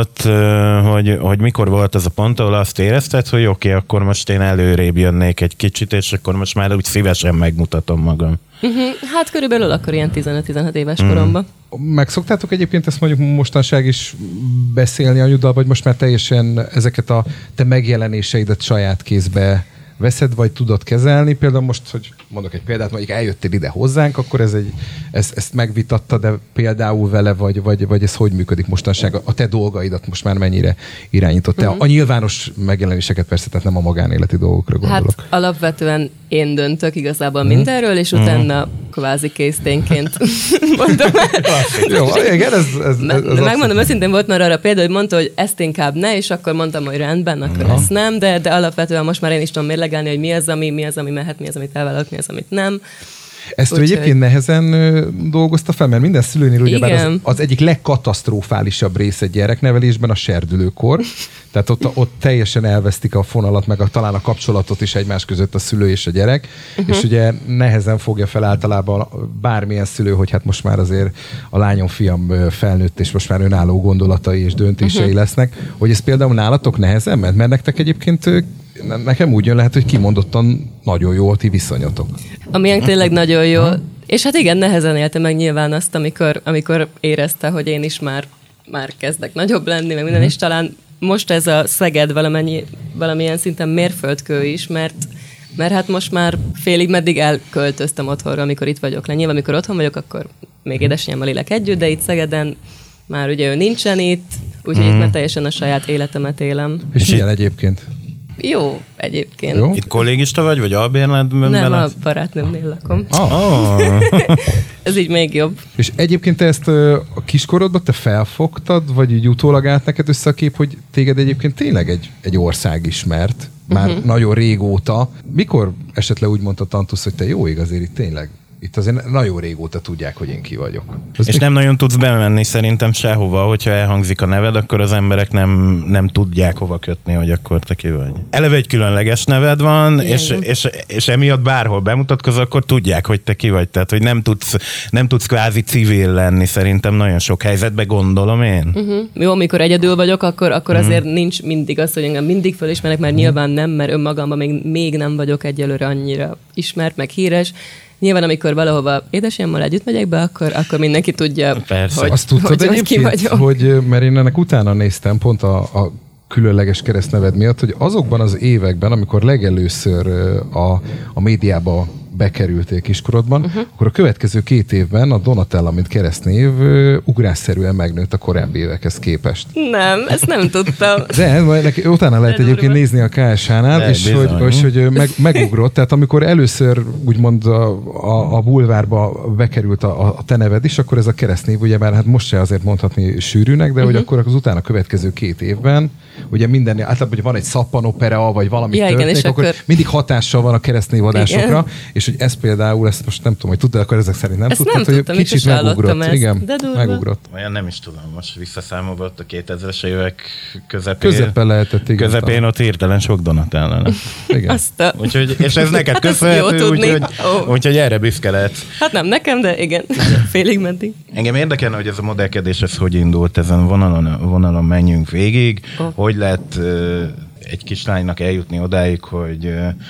hogy mikor volt az a pont, ahol azt érezted, hogy oké, akkor most én előrébb jönnék egy kicsit, és akkor most már úgy szívesen megmutatom magam. Hát körülbelül akkor ilyen 15-16 éves koromban. Megszoktátok egyébként ezt mondjuk mostanság is beszélni anyuddal, vagy most már teljesen ezeket a te megjelenéseidet saját kézbe veszed, vagy tudod kezelni? Például most, hogy mondok egy példát, mondjuk eljöttél ide hozzánk, akkor ezt megvitatta, de például vele, vagy ez hogy működik mostanság? A te dolgaidat most már mennyire irányított? Te a nyilvános megjelenéseket persze, tehát nem a magánéleti dolgokra gondolok. Hát alapvetően én döntök igazából mindenről, és utána kvázi készténként mondom el. Jó, igen, ez megmondom őszintén, volt már arra példa, hogy mondta, hogy ezt inkább ne, és akkor mondtam, hogy rendben, akkor ezt nem, de alapvetően most már én is tudom mérlegelni, hogy mi az, ami mehet, mi az, amit elvállalok, mi az, amit nem. Ezt egyébként nehezen dolgozta fel, mert minden szülőnél ugyebár az egyik legkatasztrofálisabb rész egy gyereknevelésben a serdülőkor. Tehát ott teljesen elvesztik a fonalat, meg talán a kapcsolatot is egymás között a szülő és a gyerek. És ugye nehezen fogja fel általában bármilyen szülő, hogy hát most már azért a lányom, fiam felnőtt, és most már önálló gondolatai és döntései lesznek. Hogy ez például nálatok nehezen ment? Mert nektek egyébként nekem úgy jön, lehet, hogy kimondottan nagyon jó a ti viszonyatok. Amilyen tényleg nagyon jó. És hát igen, nehezen élte meg nyilván azt, amikor érezte, hogy én is már kezdek nagyobb lenni, meg minden, és talán most ez a Szeged valamilyen szinten mérföldkő is, mert hát most már félig meddig elköltöztem otthonra, amikor itt vagyok le. Nyilván, amikor otthon vagyok, akkor még édesanyámmal élek együtt, de itt Szegeden már ugye ő nincsen itt, úgyhogy itt már teljesen a saját életemet élem. És milyen egyébként? Jó, egyébként. Jó? Itt kollégista vagy albérletben? Nem, a barátnőmnél lakom. Ez így még jobb. És egyébként te ezt a kiskorodban te felfogtad, vagy így utólag állt neked össze a kép, hogy téged egyébként tényleg egy ország ismert, már nagyon régóta. Mikor esetleg úgy mondta Tantusz, hogy te jó ég azért itt tényleg? Itt azért nagyon régóta tudják, hogy én ki vagyok. És nem nagyon tudsz bemenni szerintem sehova, hogyha elhangzik a neved, akkor az emberek nem tudják hova kötni, hogy akkor te ki vagy. Eleve egy különleges neved van, és emiatt bárhol bemutatkozol, akkor tudják, hogy te ki vagy. Tehát, hogy nem tudsz kvázi civil lenni szerintem nagyon sok helyzetben, gondolom én. Jó, amikor egyedül vagyok, akkor azért nincs mindig az, hogy engem mindig fölismernek, mert nyilván nem, mert önmagamban még nem vagyok egyelőre annyira ismert, meg híres. Nyilván, amikor valahova édesanyámmal együtt megyek be, akkor mindenki tudja, hogy, azt tudtad hogy ki vagyok. Hogy, mert én ennek utána néztem, pont a különleges keresztneved miatt, hogy azokban az években, amikor legelőször a médiába bekerültél kiskorodban, akkor a következő 2 évben a Donatella, mint keresztnév ugrásszerűen megnőtt a korábbi évekhez képest. Nem, ezt nem tudtam. De utána lehet egyébként nézni a KSH-nál, és hogy megugrott. Tehát amikor először úgymond a bulvárba bekerült a te neved is, akkor ez a keresztnév, ugye már hát most se azért mondhatni sűrűnek, de hogy akkor az utána következő 2 évben, ugye minden, általában, hogy van egy szappanopera, vagy valami történik, akkor mindig hatással van a keresztnévadásokra, és hogy ez például, ezt most nem tudom, hogy tudod, akkor ezek szerint nem tudtad, hogy kicsit megugrott. Igen, megugrott. Olyan nem is tudom, most visszaszámolva ott a 2000-es évek közepén lehetett, igen. Közepén ott hirtelen sok Donatella. Igen. Úgyhogy, és ez neked köszönhető, úgyhogy erre büszke lehetsz. Hát nem nekem, de igen, félig meddig. Engem érdekelne, hogy ez a modellkedés, ez hogy indult, ezen vonalon menjünk végig. Hogy lehet egy kislánynak eljutni odáig, hogy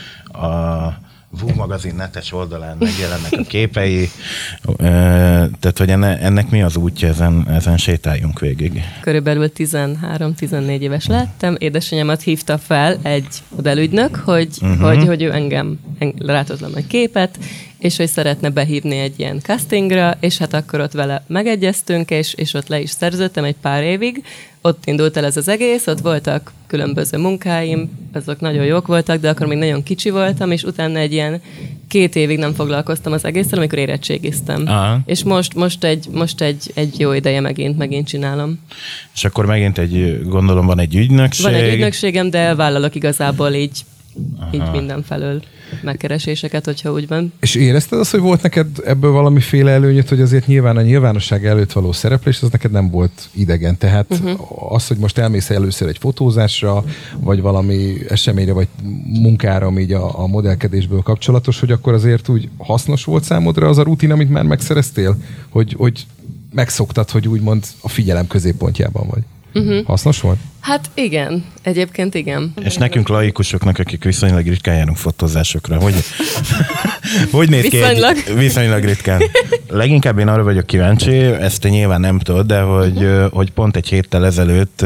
a VU magazin netes oldalán megjelennek a képei, tehát hogy ennek mi az útja, ezen sétáljunk végig. Körülbelül 13-14 éves lettem, édesanyámat hívta fel egy modellügynök, hogy ő engem rátozlam egy képet, és hogy szeretne behívni egy ilyen castingra, és hát akkor ott vele megegyeztünk, és ott le is szerződtem egy pár évig. Ott indult el ez az egész, ott voltak különböző munkáim, azok nagyon jók voltak, de akkor még nagyon kicsi voltam, és utána egy ilyen 2 évig nem foglalkoztam az egésszel, amikor érettségiztem. Aha. És most egy jó ideje megint csinálom. És akkor megint gondolom van egy ügynökség. Van egy ügynökségem, de vállalok igazából így mindenfelől megkereséseket, hogyha úgy van. És érezted azt, hogy volt neked ebből valamiféle előnyöt, hogy azért nyilván a nyilvánosság előtt való szereplés, az neked nem volt idegen. Tehát az, hogy most elmész először egy fotózásra, vagy valami eseményre, vagy munkára, ami így a modellkedésből kapcsolatos, hogy akkor azért úgy hasznos volt számodra az a rutin, amit már megszereztél? Hogy megszoktad, hogy úgymond a figyelem középpontjában vagy. Hasznos volt? Hát igen, egyébként igen. És nekünk laikusoknak, akik viszonylag ritkán járunk fotózásokra, hogy néz ki? Viszonylag ritkán. Leginkább én arra vagyok kíváncsi, ezt te nyilván nem tudod, de hogy pont egy héttel ezelőtt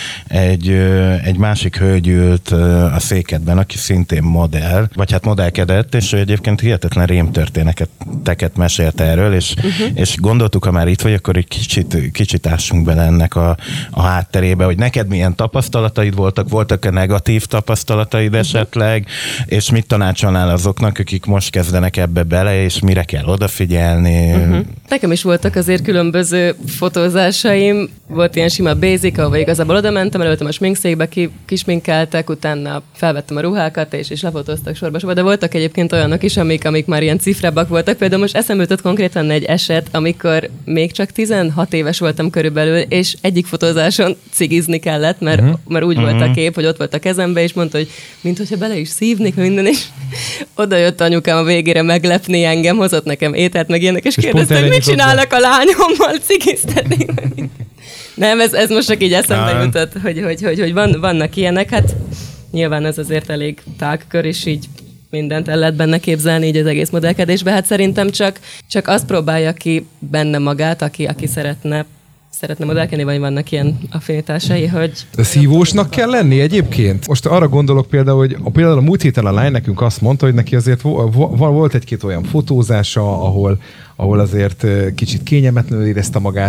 egy másik hölgy ült a székedben, aki szintén modell, vagy hát modellkedett, és ő egyébként hihetetlen rémtörténeteket mesélt erről, és gondoltuk, ha már itt vagy, akkor egy kicsit ássunk bele ennek a hátterébe, hogy neked milyen tapasztalataid voltak-e negatív tapasztalataid esetleg, és mit tanácsolnál azoknak, akik most kezdenek ebbe bele, és mire kell odafigyelni? Nekem is voltak azért különböző fotózásaim, volt ilyen sima basic, ahol igazából oda mentem, előttem a sminkszékbe, kisminkeltek, utána felvettem a ruhákat, és lefotóztak sorba, de voltak egyébként olyanok is, amik már ilyen cifrábbak voltak. Például most eszembe jutott konkrétan egy eset, amikor még csak 16 éves voltam körülbelül, és egyik fotózáson cigizni kellett, mert úgy volt a kép, hogy ott volt a kezembe, és mondta, hogy minthogyha bele is szívnék, minden, és oda jött anyukám a végére meglepni engem, hozott nekem ételt, meg ilyenek, és kérdezte, hogy mit csinálnak a lányommal, cigiztetni. Nem, ez most csak így eszembe jutott, hogy vannak ilyenek, hát nyilván ez azért elég tágkör, és így mindent el lehet benne képzelni így az egész modellkedésbe. Hát szerintem csak azt próbálja ki benne magát, aki szeretne modellkedni, vagy vannak ilyen affinitásai, hogy... De szívósnak kell lenni egyébként? Most arra gondolok például, hogy például a múlt héten a lány nekünk azt mondta, hogy neki azért volt egy-két olyan fotózása, ahol azért kicsit kényelmetlenül érezte magát,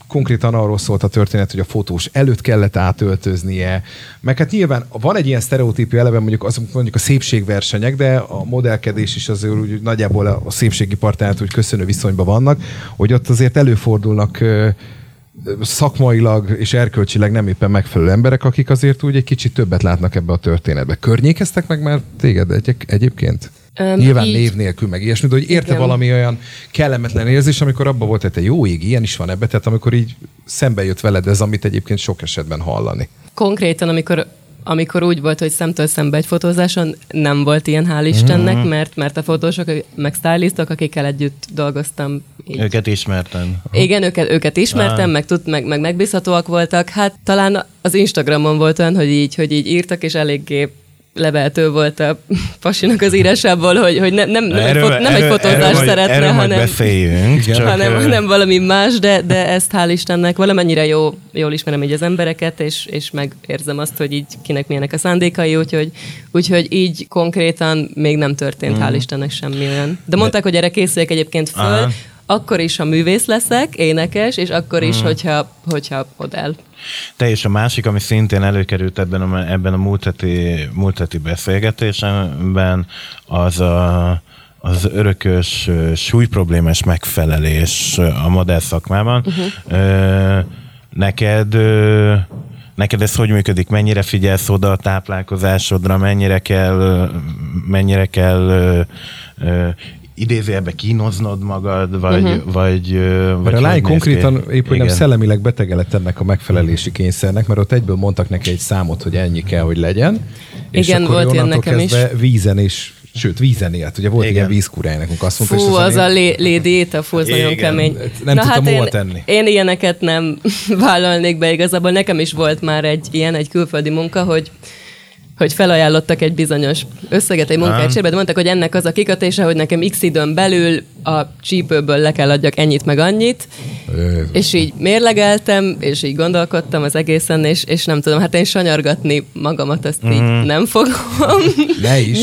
konkrétan arról szólt a történet, hogy a fotós előtt kellett átöltöznie, meg hát nyilván van egy ilyen sztereotípia eleve, mondjuk a szépségversenyek, de a modellkedés is azért úgy nagyjából a szépségipartját úgy köszönő viszonyban vannak, hogy ott azért előfordulnak szakmailag és erkölcsileg nem éppen megfelelő emberek, akik azért úgy egy kicsit többet látnak ebbe a történetbe. Környékeztek meg már téged egyébként? Nyilván név nélkül meg ilyesmi, de hogy érte valami olyan kellemetlen érzés, amikor abban volt, hogy te jó ég, ilyen is van ebbe, tehát amikor így szembe jött veled ez, amit egyébként sok esetben hallani. Konkrétan, amikor úgy volt, hogy szemtől szembe egy fotózáson, nem volt ilyen, hál' Istennek, mert a fotósok, meg stylistok, akikkel együtt dolgoztam. Őket ismertem. Igen, őket ismertem, meg megbízhatóak voltak. Hát talán az Instagramon volt olyan, hogy így írtak, és eléggé leveltő volt a pasinak az írásából, hogy nem egy fotózást szeretne, hanem valami más, de ezt hál' Istennek valamennyire jól ismerem így az embereket, és megérzem azt, hogy így kinek milyenek a szándékai, úgyhogy így konkrétan még nem történt, hál' Istennek semmi olyan. De mondták, hogy erre készüljek egyébként föl, akkor is, ha művész leszek, énekes, és akkor is, hogyha modell. Te és a másik, ami szintén előkerült ebben a múlt heti beszélgetésemben, az örökös súlyproblémás megfelelés a modell szakmában. Neked ez hogy működik? Mennyire figyelsz oda a táplálkozásodra? Mennyire kell idézőjelben kínoznod magad, vagy a lány konkrétan épp, hogy nem szellemileg betege lett ennek a megfelelési kényszernek, mert ott egyből mondtak neki egy számot, hogy ennyi kell, hogy legyen. És igen, akkor volt ilyen nekem is. Vízen élt. Ugye volt ilyen vízkuráj nekünk. Azt mondta, fú, az a Lady Eta, az nagyon kemény. Nem tudtam hova tenni. Én ilyeneket nem vállalnék be igazából. Nekem is volt már egy külföldi munka, hogy felajánlottak egy bizonyos összeget egy munkáért cserébe, de mondták, hogy ennek az a kikötése, hogy nekem x időn belül a csípőből le kell adjak ennyit meg annyit, és így mérlegeltem, és így gondolkodtam az egészen, és nem tudom, hát én sanyargatni magamat, azt így nem fogom. Ne is.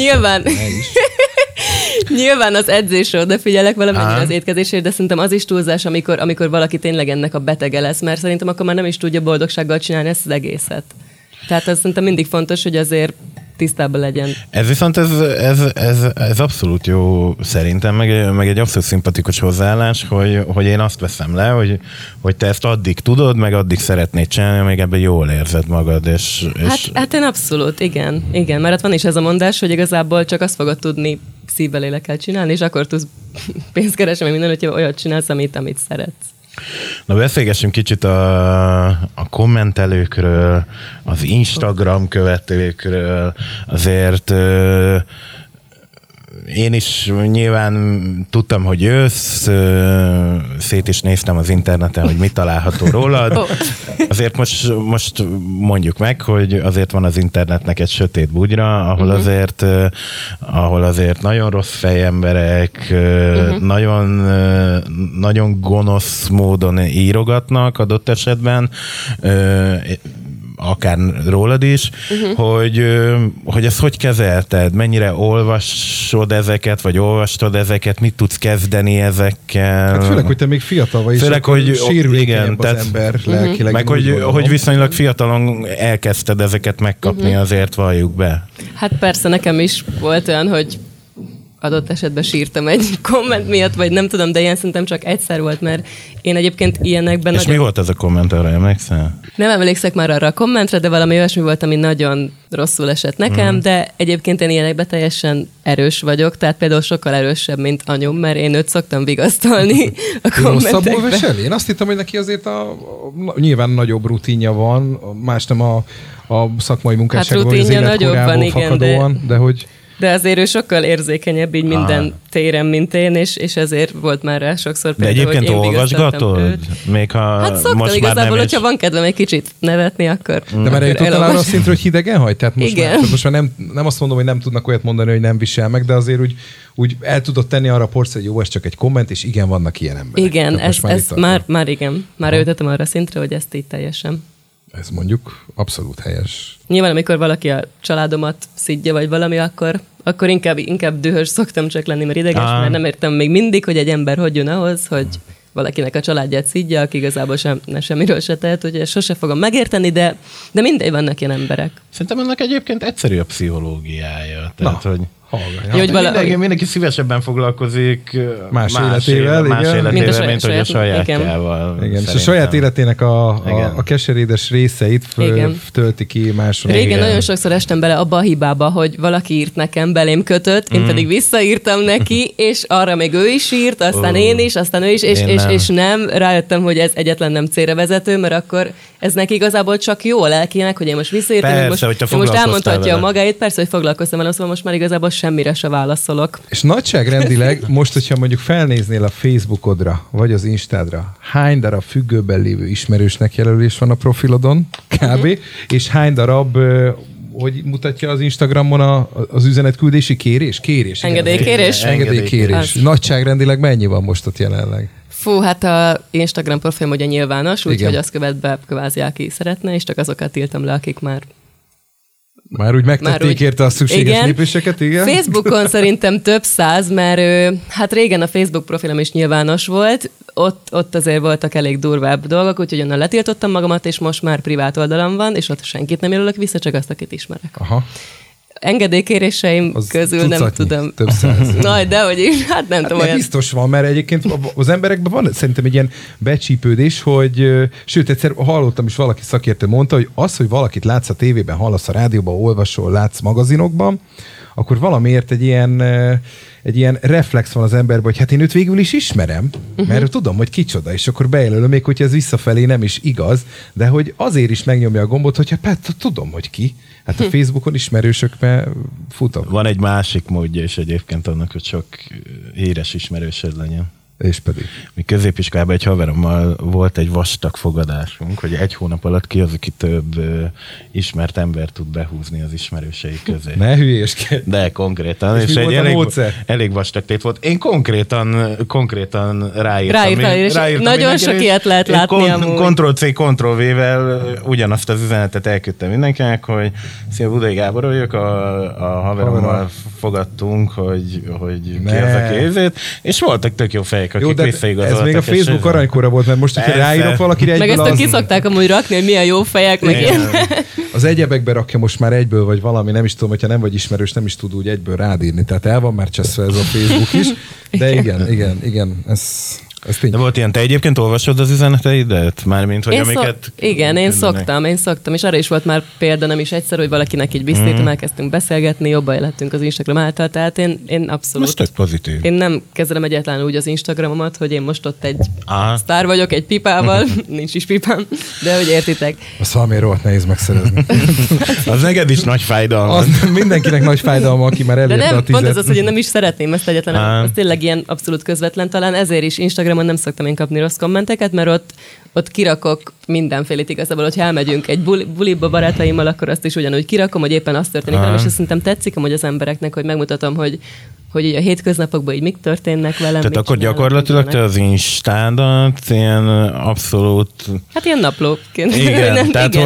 Nyilván az edzésre odafigyelek valamennyire az étkezésére, de szerintem az is túlzás, amikor valaki tényleg ennek a betege lesz, mert szerintem akkor már nem is tudja boldogsággal csinálni ezt az egészet. Tehát az szerintem mindig fontos, hogy azért tisztában legyen. Ez viszont ez abszolút jó szerintem, meg egy abszolút szimpatikus hozzáállás, hogy én azt veszem le, hogy te ezt addig tudod, meg addig szeretnéd csinálni, még ebben jól érzed magad. Hát én abszolút, igen, mert ott van is ez a mondás, hogy igazából csak azt fogod tudni szívvel, lélekkel csinálni, és akkor tudsz pénzt keresni, minden, hogyha olyat csinálsz, amit szeretsz. Na, beszélgessünk kicsit a kommentelőkről, az Instagram követőkről. Azért én is nyilván tudtam, hogy jössz, szét is néztem az interneten, hogy mit található rólad. Azért most mondjuk meg, hogy azért van az internetnek egy sötét bugyra, ahol azért nagyon rossz fejemberek, nagyon gonosz módon írogatnak adott esetben, akár rólad is, hogy ezt hogy kezelted? Mennyire olvasod olvastad ezeket? Mit tudsz kezdeni ezekkel? Hát főleg, hogy te még fiatal vagy, főleg, hogy sérülékenyebb az ember lelkileg. Meg hogy viszonylag fiatalon elkezdted ezeket megkapni, azért valljuk be. Hát persze, nekem is volt olyan, hogy adott esetben sírtam egy komment miatt, vagy nem tudom, de ilyen szerintem csak egyszer volt, mert én egyébként ilyenekben... És mi volt ez a komment, arra emlékszel? Nem emlékszek már arra a kommentre, de valami olyasmi volt, ami nagyon rosszul esett nekem, de egyébként én ilyenekben teljesen erős vagyok, tehát például sokkal erősebb, mint anyum, mert én őt szoktam vigasztalni a kommentekben. Rosszabbul vesel? Én azt hittem, hogy neki azért nyilván nagyobb rutinja van, más nem a szakmai munkásságban, vagy az életkorából fakadóan, de hogy... De azért ő sokkal érzékenyebb így minden téren, mint én, és ezért volt már rá sokszor például, de egyébként olvasgatod? Még ha hát szoktam most igazából, hogyha van kedvem egy kicsit nevetni, akkor de már eljutottál arra a szintre, hogy hidegen hagy? Tehát most már nem azt mondom, hogy nem tudnak olyat mondani, hogy nem visel meg, de azért úgy el tudod tenni arra a porcra, hogy jó, ez csak egy komment, és igen, vannak ilyen emberek. Igen, ezt már igen. Már eljutattam arra a szintre, hogy ezt így teljesen. Ez mondjuk abszolút helyes. Nyilván, amikor valaki a családomat szidja, vagy valami, akkor inkább dühös szoktam csak lenni, mert ideges, mert nem értem még mindig, hogy egy ember hogy jön ahhoz, valakinek a családját szidja, aki igazából semmiről se tehet, úgyhogy sose fogom megérteni, de mindegy, vannak ilyen emberek. Szerintem ennek egyébként egyszerű a pszichológiája. Tehát, hogy mindenki szívesebben foglalkozik más életével, mint hogy a sajátjával. Igen. És a saját életének a keserédes részeit tölti ki másról. Régen nagyon sokszor estem bele abba a hibába, hogy valaki írt nekem, belém kötött, én pedig visszaírtam neki, és arra még ő is írt, aztán én is, aztán ő is, és nem. Rájöttem, hogy ez egyetlen nem célra vezető, mert akkor ez neki igazából csak jó a lelkének, hogy én most visszaírtam, persze, most elmondhatja a magáét, persze, hogy foglalkoztam vele, szóval most már igazából semmire se válaszolok. És nagyságrendileg most, hogyha mondjuk felnéznél a Facebookodra, vagy az Instádra, hány darab függőben lévő ismerősnek jelölés van a profilodon, kb. És hány darab, hogy mutatja az Instagramon az üzenetküldési kérés? Engedélykérés. Nagyságrendileg mennyi van most ott jelenleg? Fú, hát a Instagram profilom ugye nyilvános, úgyhogy azt követ be kvázi, aki szeretne, és csak azokat tiltam le, akik már úgy megtették érte a szükséges lépéseket, igen? Facebookon szerintem több száz, mert hát régen a Facebook profilom is nyilvános volt, ott azért voltak elég durvább dolgok, úgyhogy onnan letiltottam magamat, és most már privát oldalam van, és ott senkit nem jelölök vissza, csak azt, akit ismerek. Aha. Engedélykéréseim közül nem tudom. Több száz. Na, dehogy is, hát nem tudom. Olyan. Biztos van, mert egyébként az emberekben van szerintem egy ilyen becsípődés, hogy sőt, egyszer hallottam is, valaki szakértő mondta, hogy az, hogy valakit látsz a tévében, hallasz a rádióban, olvasol, látsz magazinokban, akkor valamiért egy ilyen reflex van az emberben, hogy hát én őt végül is ismerem, mert tudom, hogy kicsoda, és akkor bejelölöm, még hogyha ez visszafelé nem is igaz, de hogy azért is megnyomja a gombot, hogyha tudom, hogy ki. Hát a Facebookon ismerősökben futok. Van egy másik módja is egyébként annak, hogy sok híres ismerősöd legyen. És pedig. Mi középiskolában egy haverommal volt egy vastag fogadásunk, hogy 1 hónap alatt ki az, aki több ismert ember tud behúzni az ismerősei közé. Ne hülyéskedj. De konkrétan. És egy elég vastag tét volt. Én konkrétan ráírtam. Nagyon sok ilyet lehet látni amúgy. Ctrl-C, Ctrl-V-vel ugyanazt az üzenetet elküldtem mindenkinek, hogy szia, Budai Gábor vagyok, a haverommal fogadtunk, hogy ki az a kézét, és voltak tök jó fejek, akik visszaigazoltak. Ez még a Facebook aranykora volt, mert most, hogyha ráírok valakire egyből meg ezt ki szokták amúgy rakni, hogy milyen jó fejek, meg ilyen. Az egyebekbe rakja most már egyből, vagy valami, nem is tudom, hogyha nem vagy ismerős, nem is tud úgy egyből rád írni. Tehát el van már cseszve ez a Facebook is. De igen. De volt ilyen, te egyébként olvasod az üzeneteidet? Mármint, hogy amiket... Igen, én szoktam, és arra is volt már példa, nem is egyszer, hogy valakinek így visszaírtam, elkezdtünk beszélgetni, jobban lettünk az Instagram által, tehát én abszolút... Most tök pozitív. Én nem kezelem egyáltalán úgy az Instagramomat, hogy én most ott egy sztár vagyok, egy pipával, nincs is pipám, de hogy értitek. Azt valami rohadt nehéz megszerezni. Az neked is nagy fájdalma. Az mindenkinek nagy fájdalma, aki már elérte a 10. Pont ez az, hogy én nem is szeretném ezt egyáltalán, az tényleg ilyen abszolút közvetlen, talán ezért is Instagramon nem szoktam én kapni rossz kommenteket, mert ott kirakok mindenfélét igazából, hogyha elmegyünk egy buliba barátaimmal, akkor azt is ugyanúgy kirakom, hogy éppen az történik velem, és ezt szerintem tetszik amúgy az embereknek, hogy megmutatom, hogy így a hétköznapokban így mik történnek velem. Tehát akkor gyakorlatilag te az Instádat ilyen abszolút... Hát ilyen naplóként. Igen, tehát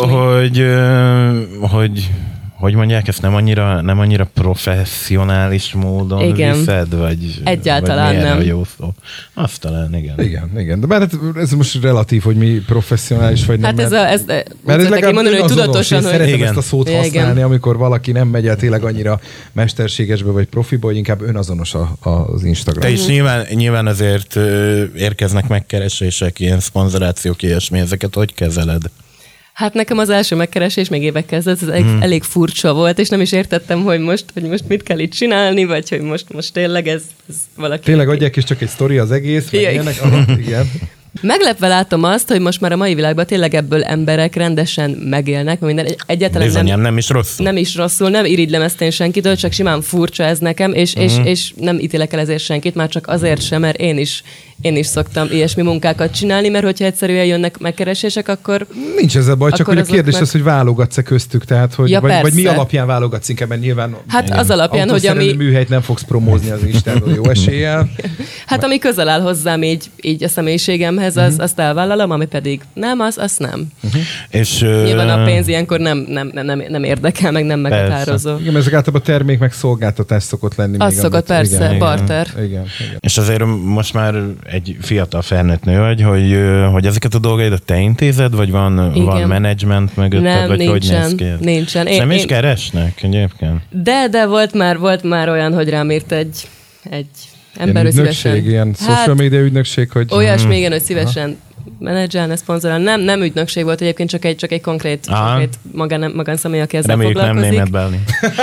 hogy mondják, ezt nem annyira professzionális módon viszed, vagy egyáltalán vagy nem. A jó szó? Azt talán, igen. De bár ez most relatív, hogy mi professzionális vagy nem. Hát ez legalább mondani, hogy tudatosan, hogy... Szeretem ezt a szót használni, amikor valaki nem megy el tényleg annyira mesterségesbe vagy profiba, hogy inkább önazonos az Instagram. Te is nyilván azért érkeznek megkeresések, ilyen szponzorációk, ilyesmi, ezeket hogy kezeled? Hát nekem az első megkeresés még évek kezdett, ez elég furcsa volt, és nem is értettem, hogy most mit kell itt csinálni, vagy hogy most tényleg ez valaki... Tényleg adják is csak egy sztori az egész, vagy ilyenek? Igen. Meglepve látom azt, hogy most már a mai világban tényleg ebből emberek rendesen megélnek, minden egyáltalán bizonyám, nem is rosszul. Nem is rosszul, nem irigylem ezt én senkitől, csak simán furcsa ez nekem, és nem ítélek el ezért senkit, már csak azért sem, mert én is szoktam ilyesmi munkákat csinálni, mert hogyha egyszerűen jönnek megkeresések, akkor... Nincs ezzel baj, csak hogy a kérdés az, hogy válogatsz-e köztük, tehát hogy vagy mi alapján válogatsz inkább, mert nyilván hát az alapján, hogy ami... műhelyt nem fogsz promózni az Instán, jó eséllyel. Hát ami közel áll hozzám így a személyiségemhez, azt elvállalom, ami pedig nem, azt nem. És, nyilván a pénz ilyenkor nem érdekel, meg nem meghatározó. Igen, ezek általában termék meg szolgáltatás szokott lenni. Az szokott, persze, barter. Igen. És azért most már egy fiatal felnőtt nő vagy, hogy ezeket a dolgaidat te intézed, vagy van menedzsment mögötted, nem, vagy nincsen, hogy néz ki? Nincsen. Nem is keresnek egyébként? De volt már olyan, hogy rám írt egy ember, hogy szívesen... Ilyen social media ügynökség, hogy... Olyasmi, igen, hogy szívesen menedzselne, szponzorálni. Nem ügynökség volt egyébként, csak egy konkrét magánszemély, aki ezzel foglalkozik. Nem német Belni.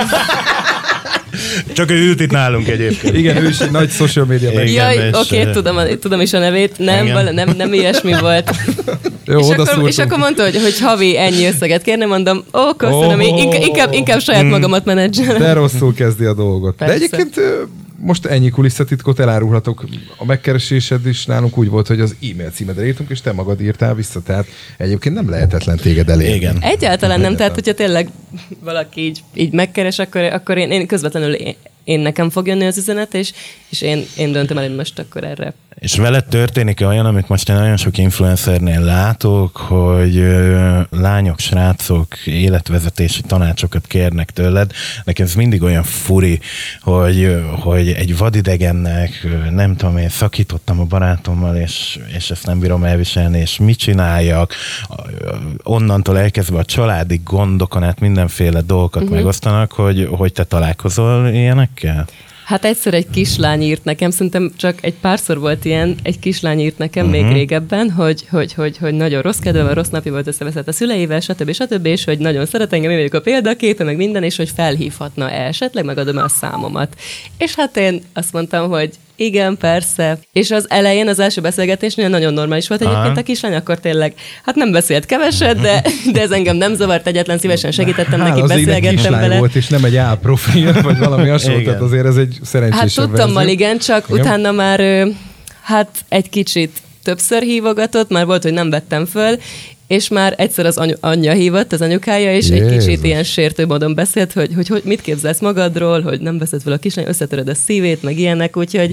Csak ő ült itt nálunk egyébként. Igen, ő is egy nagy social media. Jaj, oké, tudom is a nevét. Nem ilyesmi volt. Jó, és akkor mondta, hogy havi ennyi összeget kérne, mondom, köszönöm, inkább saját magamat menedzselem. De rosszul kezdi a dolgot. Persze. De egyébként most ennyi kulisszatitkot elárulhatok. A megkeresésed is nálunk úgy volt, hogy az e-mail címedre írtunk, és te magad írtál vissza, tehát egyébként nem lehetetlen téged elérni. Igen. Egyáltalán nem, tehát hogyha tényleg valaki így megkeres, akkor én közvetlenül én nekem fog jönni az üzenet, és én döntöm el, hogy most akkor erre. És veled történik olyan, amit most én nagyon sok influencernél látok, hogy lányok, srácok életvezetési tanácsokat kérnek tőled. Nekem ez mindig olyan furi, hogy egy vadidegennek, nem tudom, én szakítottam a barátommal, és ezt nem bírom elviselni, és mit csináljak. Onnantól elkezdve a családi gondokon át mindenféle dolgokat megosztanak, hogy te találkozol ilyenekkel? Hát egyszer egy kislány írt nekem, szerintem csak egy párszor volt ilyen, egy kislány írt nekem még régebben, hogy nagyon rossz kedve van, rossz napja volt, összeveszett a szüleivel, stb. És hogy nagyon szeret engem, én vagyok a példaképe, meg minden, és hogy felhívhatna esetleg, megadom a számomat. És hát én azt mondtam, hogy igen, persze. És az elején, az első beszélgetésnél nagyon normális volt egyébként a kislány, akkor tényleg, hát nem beszélt keveset, de ez engem nem zavart, egyetlen szívesen segítettem neki, beszélgettem vele. Volt, és nem egy álprofil, vagy valami hasonló, tehát azért ez egy szerencsésebb Hát tudtam, igen, csak igen. Utána már hát egy kicsit többször hívogatott, már volt, hogy nem vettem föl, és már egyszer az anyja hívott, az anyukája, és egy kicsit ilyen sértő módon beszélt, hogy mit képzelsz magadról, hogy nem veszed fel a kislány, összetöröd a szívét, meg ilyenek, úgyhogy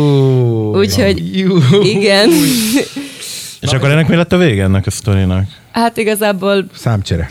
igen. És akkor ennek mi lett a vége ennek a sztorinak? Hát igazából... Számcsere.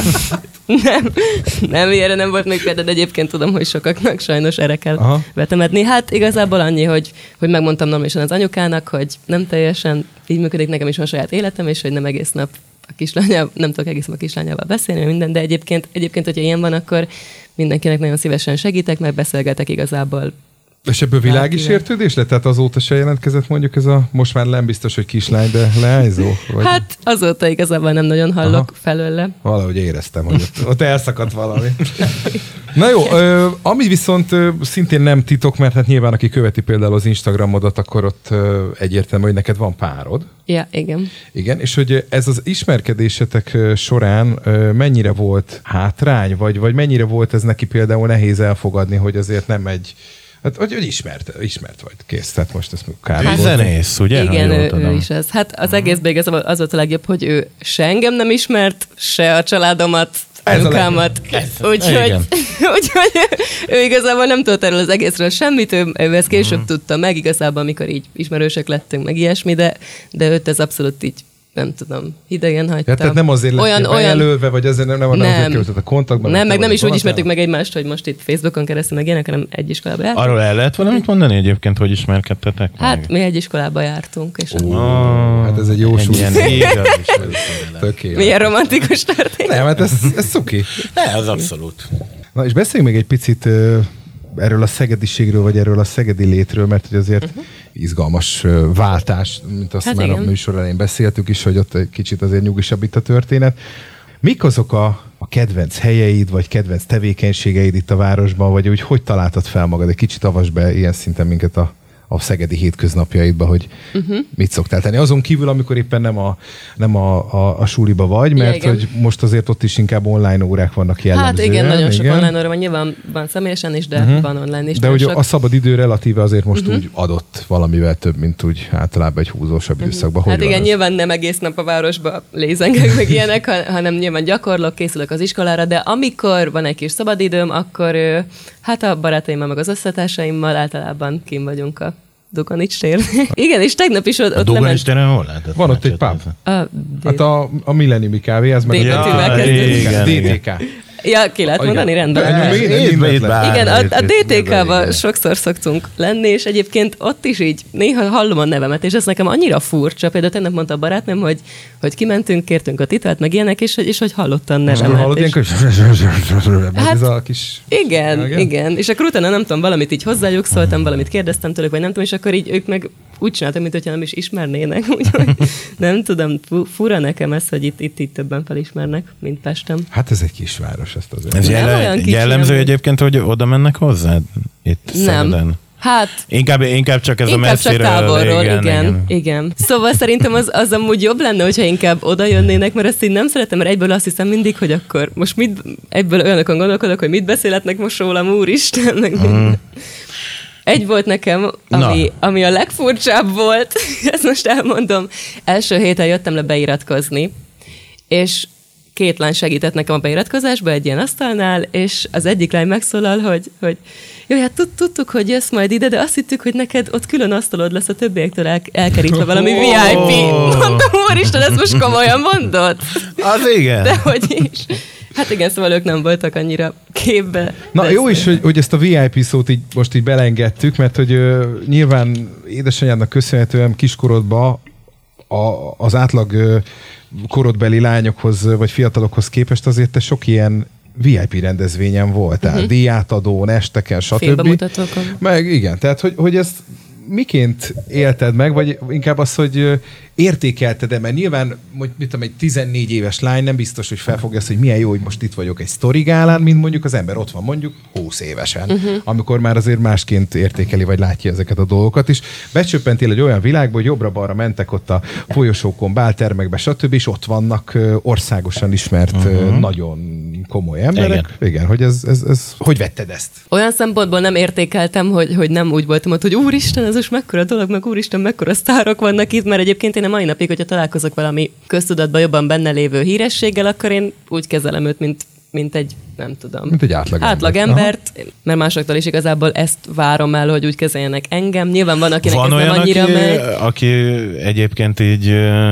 Nem, ilyenre nem volt még például, de egyébként tudom, hogy sokaknak sajnos erre kell vetemetni. Hát igazából annyi, hogy megmondtam normálisan az anyukának, hogy nem teljesen így működik, nekem is van saját életem, és hogy nem egész nap a kislányával, nem tudok egész nap a kislányával beszélni, minden, de egyébként, hogyha ilyen van, akkor mindenkinek nagyon szívesen segítek, mert beszélgetek igazából. És ebből világi sértődés lett? Tehát azóta se jelentkezett mondjuk ez a, most már nem biztos, hogy kislány, de leányzó? Vagy? Hát azóta igazából nem nagyon hallok felőle. Valahogy éreztem, hogy ott elszakadt valami. Na jó, ami viszont szintén nem titok, mert hát nyilván aki követi például az Instagramodat, akkor ott egyértelmű, hogy neked van párod. Ja, igen. Igen, és hogy ez az ismerkedésetek során mennyire volt hátrány, vagy mennyire volt ez neki például nehéz elfogadni, hogy azért nem egy... Hát, hogy ismert vagy, kész. Tehát most ezt kár. Zenész, ugye? Igen, ő is ez. Hát az egész igazából az volt a legjobb, hogy ő se engem nem ismert, se a családomat, anyukámat. Úgyhogy ő igazából nem tudott erről az egészről semmit, ő ezt később tudta meg, igazából amikor így ismerősök lettünk, meg ilyesmi, de őt ez abszolút így nem tudom, hidegen hagytam. Ja, tehát nem azért lett bejelölve, vagy azért nem azért kerültet a kontaktban? Nem, meg nem is úgy ismertük meg egymást, hogy most itt Facebookon keresztül meg ilyenek, hanem egy iskolába jártunk. Arról el lehet valamit mondani egyébként, hogy ismerkedtetek? Hát mi egy iskolába jártunk. És hát ez egy jó súly. Milyen romantikus történet. Nem, hát ez szuki. Ne, az abszolút. Na és beszéljünk még egy picit erről a szegediségről, vagy erről a szegedi létről, mert hogy azért izgalmas váltás, mint azt már a műsor elején beszéltük is, hogy ott egy kicsit azért nyugisabb itt a történet. Mik azok a kedvenc helyeid, vagy kedvenc tevékenységeid itt a városban, vagy úgy hogy találtad fel magad? Egy kicsit avasd be ilyen szinten minket a szegedi hétköznapjaidba, hogy mit szoktál tenni. Azon kívül, amikor éppen nem a suliba vagy, mert hogy most azért ott is inkább online órák vannak jellemzően. Hát igen, nagyon sok online óra van, nyilván van személyesen is, de van online is. De ugye a szabad idő relatíve azért most úgy adott valamivel több, mint úgy általában egy húzósabb időszakban. Hát igen, nyilván nem egész nap a városba lézengek meg ilyenek, hanem nyilván gyakorlok, készülök az iskolára, de amikor van egy kis szabadidőm, akkor hát a barátaimmal meg az összetársaimmal általában kim vagyunk a Dugonics tér. Igen, és tegnap is ott a Dugonics téren hol lehetett? Van ott egy pub. Hát a Millenniumi kávé, ez meg DTK. Ja, ki lehet mondani, rendben. Igen, a DTK-ban sokszor szoktunk lenni, és egyébként ott is így néha hallom a nevemet, és ez nekem annyira furcsa. Például tegnap mondta a barátnőm, hogy kimentünk, kértünk a titelt, meg ilyenek, és hogy hallotta a nevemet. Hallod ilyenkor? Ez a kis... Igen. És akkor utána nem tudom, valamit így hozzájuk szóltam, valamit kérdeztem tőlük, vagy nem tudom, és akkor így ők meg úgy csináltak, mint hogyha nem is ismernének. Úgyhogy nem tudom, fura nekem ez, hogy itt többen felismernek, mint Pestem. Hát ez egy kisváros, ezt azért. Ez jellemző egyébként, hogy oda mennek hozzád itt Szegeden? Hát, inkább csak ez a messziről. Csak távolról, igen. Szóval szerintem az amúgy jobb lenne, hogyha inkább oda jönnének, mert ezt így nem szeretem, mert egyből azt hiszem mindig, hogy akkor most egyből olyanokon gondolkodok, hogy mit beszélhetnek most rólam, úristen, meg Egy volt nekem, ami a legfurcsább volt, ezt most elmondom. Első héten jöttem le beiratkozni, és 2 lány segített nekem a beiratkozásba egy ilyen asztalnál, és az egyik lány megszólal, hogy jó, hát tudtuk, hogy jössz majd ide, de azt hittük, hogy neked ott külön asztalod lesz a többiektől elkerítve valami VIP. Mondtam, úristen, ezt most komolyan mondod? Az igen. De hogy is. Hát igen, szóval ők nem voltak annyira képbe. Na jó is, hogy ezt a VIP szót így most így belengedtük, mert hogy nyilván édesanyádnak köszönhetően kiskorodban az átlag korodbeli lányokhoz vagy fiatalokhoz képest azért te sok ilyen VIP rendezvényen voltál, díjátadón, esteken, stb. Filmbemutatókon. Meg igen, tehát hogy ezt miként élted meg, vagy inkább az, hogy értékelted-e, mert nyilván, mit tudom, egy 14 éves lány nem biztos, hogy felfogja azt, hogy milyen jó, hogy most itt vagyok egy sztorigálán, mint mondjuk az ember ott van mondjuk 20 évesen, amikor már azért másként értékeli, vagy látja ezeket a dolgokat is. Becsöppentél egy olyan világba, hogy jobbra-balra mentek ott a folyosókon, báltermekbe, stb., és ott vannak országosan ismert nagyon komoly emberek. Igen, hogy ez hogy vetted ezt? Olyan szempontból nem értékeltem, hogy nem úgy voltam ott, hogy úristen, ez most mekkora dolog, meg úristen, mekkora sztárok vannak itt, mert egyébként én a mai napig, hogyha találkozok valami köztudatban jobban benne lévő hírességgel, akkor én úgy kezelem őt, mint egy, nem tudom. Mint egy átlagembert, mert másoktól is igazából ezt várom el, hogy úgy kezeljenek engem. Nyilván van, akinek van ez olyan, nem annyira megy. Aki egyébként így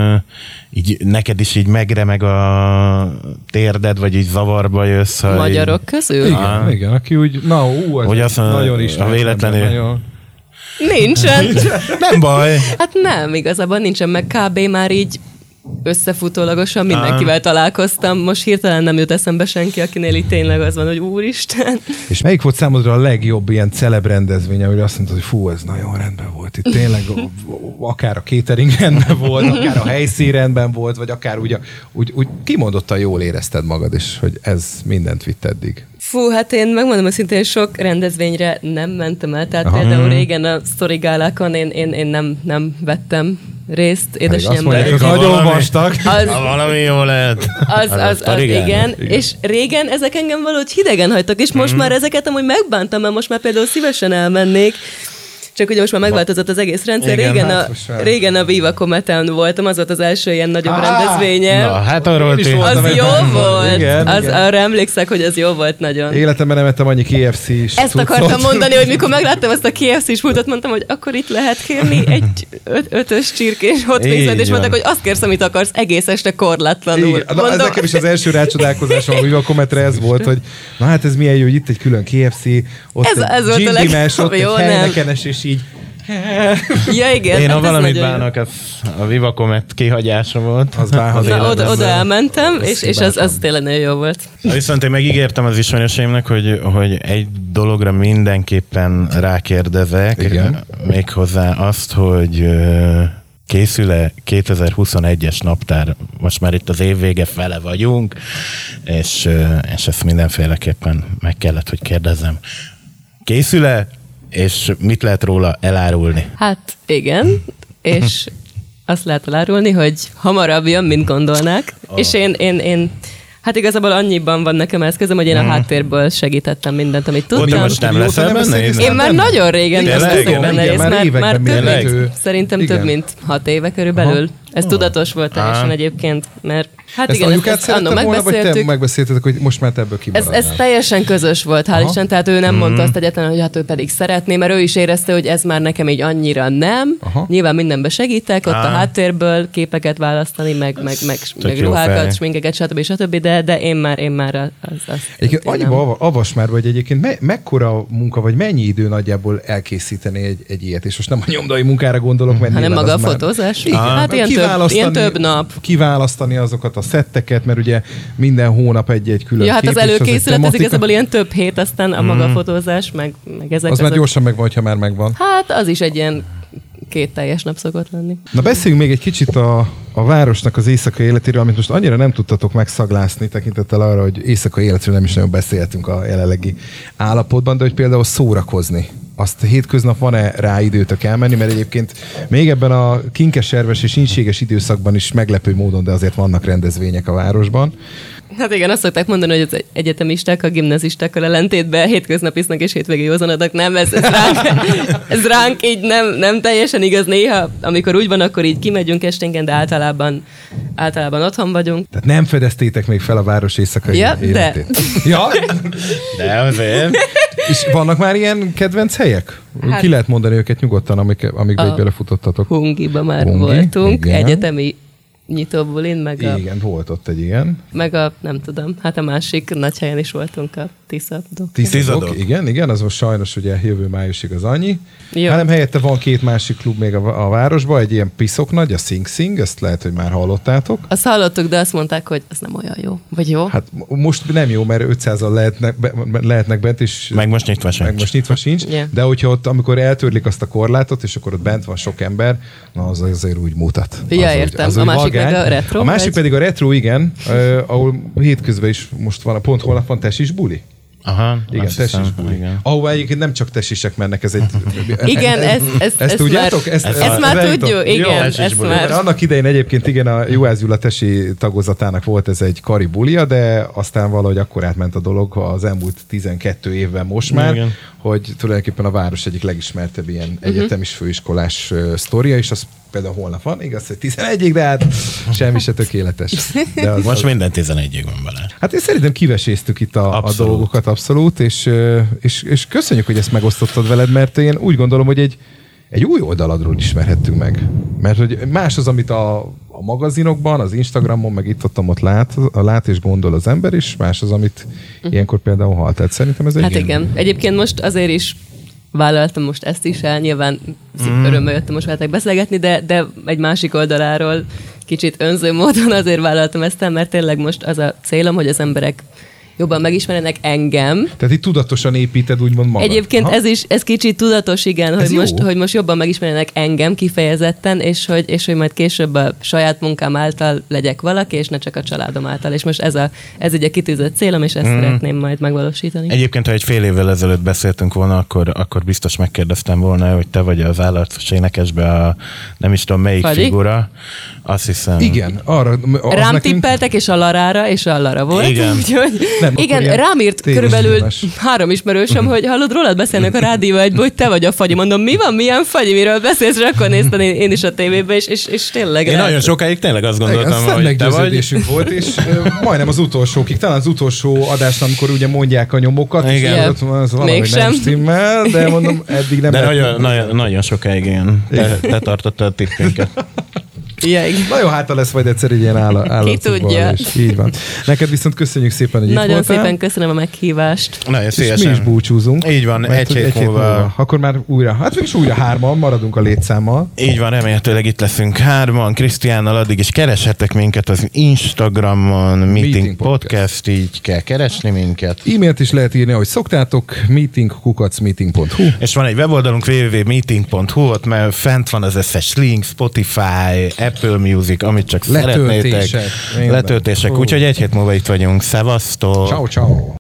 neked is így megremeg a térded, vagy így zavarba jössz. Magyarok közül? Igen, aki úgy, az nagyon ismert. A véletlenül. Nincsen. Nem baj. Hát nem, igazából nincsen, meg kb. Már így összefutólagosan mindenkivel találkoztam. Most hirtelen nem jut eszembe senki, akinél itt tényleg az van, hogy úristen. És melyik volt számodra a legjobb ilyen celeb rendezvény, amire azt mondtad, hogy fú, ez nagyon rendben volt. Itt tényleg akár a catering rendben volt, akár a helyszín rendben volt, vagy akár úgy kimondottan jól érezted magad, és hogy ez mindent vitt eddig. Fú, hát én megmondom őszintén, sok rendezvényre nem mentem el, tehát például régen a sztorigálákon én nem vettem részt, édesanyámmal. Az nagyon vastag. Valami jó lehet. Az igen. És régen ezek engem valahogy hidegen hagytak, és most már ezeket amúgy megbántam, mert most már például szívesen elmennék. Csak ugye most már megváltozott az egész rendszer. Régen a Viva Cometen voltam, az volt az első ilyen nagyobb rendezvényem. Na, hát arról az jó volt. Arra emlékszek, hogy az jó volt nagyon. Életemben nem ettem annyi KFC-s Ezt akartam mondani, hogy mikor megláttam ezt a KFC-s pultot, mondtam, hogy akkor itt lehet kérni egy 5-ös csirkés hotwingset, és mondták, hogy azt kérsz, amit akarsz, egész este korlátlanul. Ez nekem is az első rácsodálkozásom a Viva Cometre ez volt, hogy na hát ez milyen jó, hogy itt egy külön KFC, ott ez egy Jim Beam-es, ott egy helynekenes, és így. Ja, igen. Én valamit bánok, a Viva Comet kihagyása volt. Oda elmentem, és az tényleg nagyon jó volt. Viszont én megígértem az ismerőseimnek, hogy egy dologra mindenképpen rákérdezek, méghozzá azt, hogy készül-e 2021-es naptár, most már itt az év vége fele vagyunk, és ezt mindenféleképpen meg kellett, hogy kérdezzem. Készül-e, és mit lehet róla elárulni? Hát igen, és azt lehet elárulni, hogy hamarabb jön, mint gondolnák, és én hát igazából annyiban van nekem eszközöm, hogy én a háttérből segítettem mindent, amit tudtam. De most nem leszel benne? Én már nagyon régen leszek benne, már szerintem több mint 6 éve körülbelül. Ez tudatos volt teljesen egyébként, mert hát ezt igen, ezt annól megbeszéltük. Vagy te megbeszéltetek, hogy most már ebből kimaradnál? Ez teljesen közös volt, hál' Isten, tehát ő nem mondta azt egyetlen, hogy hát ő pedig szeretné, mert ő is érezte, hogy ez már nekem így annyira nem. Nyilván mindenben segítek, ott a háttérből képeket választani, meg ruhákat, sminkeket, stb. De én már azt egyébként annyiba avas már vagy egyébként, mekkora munka, vagy mennyi idő nagyjából elkészíteni egy ilyet, és most nem a nyomdai munkára gondolok, mert hanem maga a fotózás? Hát ilyen több nap. Kiválasztani azokat a szetteket, mert ugye minden hónap egy külön hát az előkészület, ez igazából ilyen több hét, aztán a maga fotózás, meg ezek. Az már gyorsan megvan, ha már megvan. Hát az is egy ilyen 2 teljes nap szokott lenni. Na beszéljünk még egy kicsit a városnak az éjszakai életéről, amit most annyira nem tudtatok megszaglászni, tekintettel arra, hogy éjszakai életről nem is nagyon beszéltünk a jelenlegi állapotban, de hogy például szórakozni. Azt hétköznap van-e rá időtök elmenni, mert egyébként még ebben a kinkeserves és ínséges időszakban is meglepő módon, de azért vannak rendezvények a városban. Hát igen, azt szokták mondani, hogy az egyetemisták a gimnazistákkal ellentétben hétköznap isznak és hétvégi józanodnak. Nem, ez ránk így nem teljesen igaz. Néha, amikor úgy van, akkor így kimegyünk esténként, de általában otthon vagyunk. Tehát nem fedeztétek még fel a város éjszakai életét? De azért. És vannak már ilyen kedvenc helyek? Hát, ki lehet mondani őket nyugodtan, amikbe belefutottatok? Hungiba már voltunk, igen. Egyetemi nyitóbulin, meg igen, volt ott egy ilyen. Meg nem tudom, hát a másik nagy helyen is voltunk, a Tiszadok. Tiszadok, igen, az most sajnos ugye jövő májusig az annyi. Hanem helyette van 2 másik klub még a városban, egy ilyen piszok nagy, a Sing Sing, ezt lehet, hogy már hallottátok. Azt hallottuk, de azt mondták, hogy az nem olyan jó. Vagy jó? Hát most nem jó, mert 500-al lehetnek bent, és meg most nyitva sincs. Yeah. De hogyha ott, amikor eltörlik azt a korlátot, és akkor ott bent van sok ember, na az azért úgy mutat. Ja, értem. A másik meg a retro? A másik pedig a retro, igen, ahol hétközben is most van, pont holnap van tesis buli. Aha, igen, tesis buli. Ahová egyébként nem csak tesisek mennek, ez egy... Igen, ezt tudjátok? Ezt már tudjuk, igen. Ezt már. Annak idején egyébként igen, a Juhász Gyula tesi tagozatának volt ez egy kari bulia, de aztán valahogy akkor átment a dolog az elmúlt 12 évben most már, igen. Hogy tulajdonképpen a város egyik legismertebb ilyen egyetemis főiskolás sztoria, és az például holnap van, igaz, hogy 11-ig, de hát semmi se tökéletes. De most minden 11-ig van vele. Hát én szerintem kiveséztük itt a dolgokat abszolút, és köszönjük, hogy ezt megosztottad veled, mert én úgy gondolom, hogy egy új oldaladról ismerhettünk meg. Mert hogy más az, amit a magazinokban, az Instagramon, meg itt-ott lát és gondol az ember, és más az, amit ilyenkor például hall. Tehát szerintem ez egy... Hát igen. Egyébként most azért is vállaltam most ezt is el, nyilván örömmel jöttem most veletek beszélgetni, de egy másik oldaláról kicsit önző módon azért vállaltam ezt el, mert tényleg most az a célom, hogy az emberek jobban megismerjenek engem. Tehát itt tudatosan építed úgymond magad. Egyébként ez kicsit tudatos, igen, hogy most jobban megismerjenek engem kifejezetten, és hogy majd később a saját munkám által legyek valaki, és ne csak a családom által. És most ez egy a kitűzött célom, és ezt szeretném majd megvalósítani. Egyébként, ha egy fél évvel ezelőtt beszéltünk volna, akkor biztos megkérdeztem volna, hogy te vagy az állatos énekesbe a nem is tudom melyik figura. Azt hiszem. Igen. Rám tippeltek, és a Larára, és a Lara volt. Igen. Igen, rám írt körülbelül 3 ismerősöm, hogy hallod, rólad beszélnek a rádió egyben, hogy te vagy a Fagyi. Mondom, mi van, milyen Fagyi, miről beszélsz, és akkor néztem én is a tévébe, és tényleg. Én nagyon sokáig tényleg azt gondoltam, hogy te vagy. Volt, és majdnem az utolsókig, talán az utolsó adásnál, amikor ugye mondják a nyomokat, és az valahogy nem stimmel, de mondom, eddig nem. De nagyon sokáig igen. Te tartottad a tippünket. Na jó, hát lesz majd egyszer egy ilyen állatszokban. Így van. Neked viszont köszönjük szépen, hogy nagyon itt voltál. Szépen köszönöm a meghívást. Nagyon szívesen. És mi is búcsúzunk. Így van, egy hét múlva. Akkor már újra 3-an, maradunk a létszámmal. Így van, remélhetőleg itt leszünk 3-an, Krisztiánnal, addig is kereshetek minket az Instagramon, Meeting Podcast, így kell keresni minket. E-mailt is lehet írni, ahogy szoktátok, meeting@meeting.hu. És van egy weboldalunk, www.meeting.hu, ott mert fent van az összes link, Spotify, Apple Music, amit csak szeretnétek. Letöltések. Úgyhogy egy hét múlva itt vagyunk. Szevasztok! Ciao, ciao.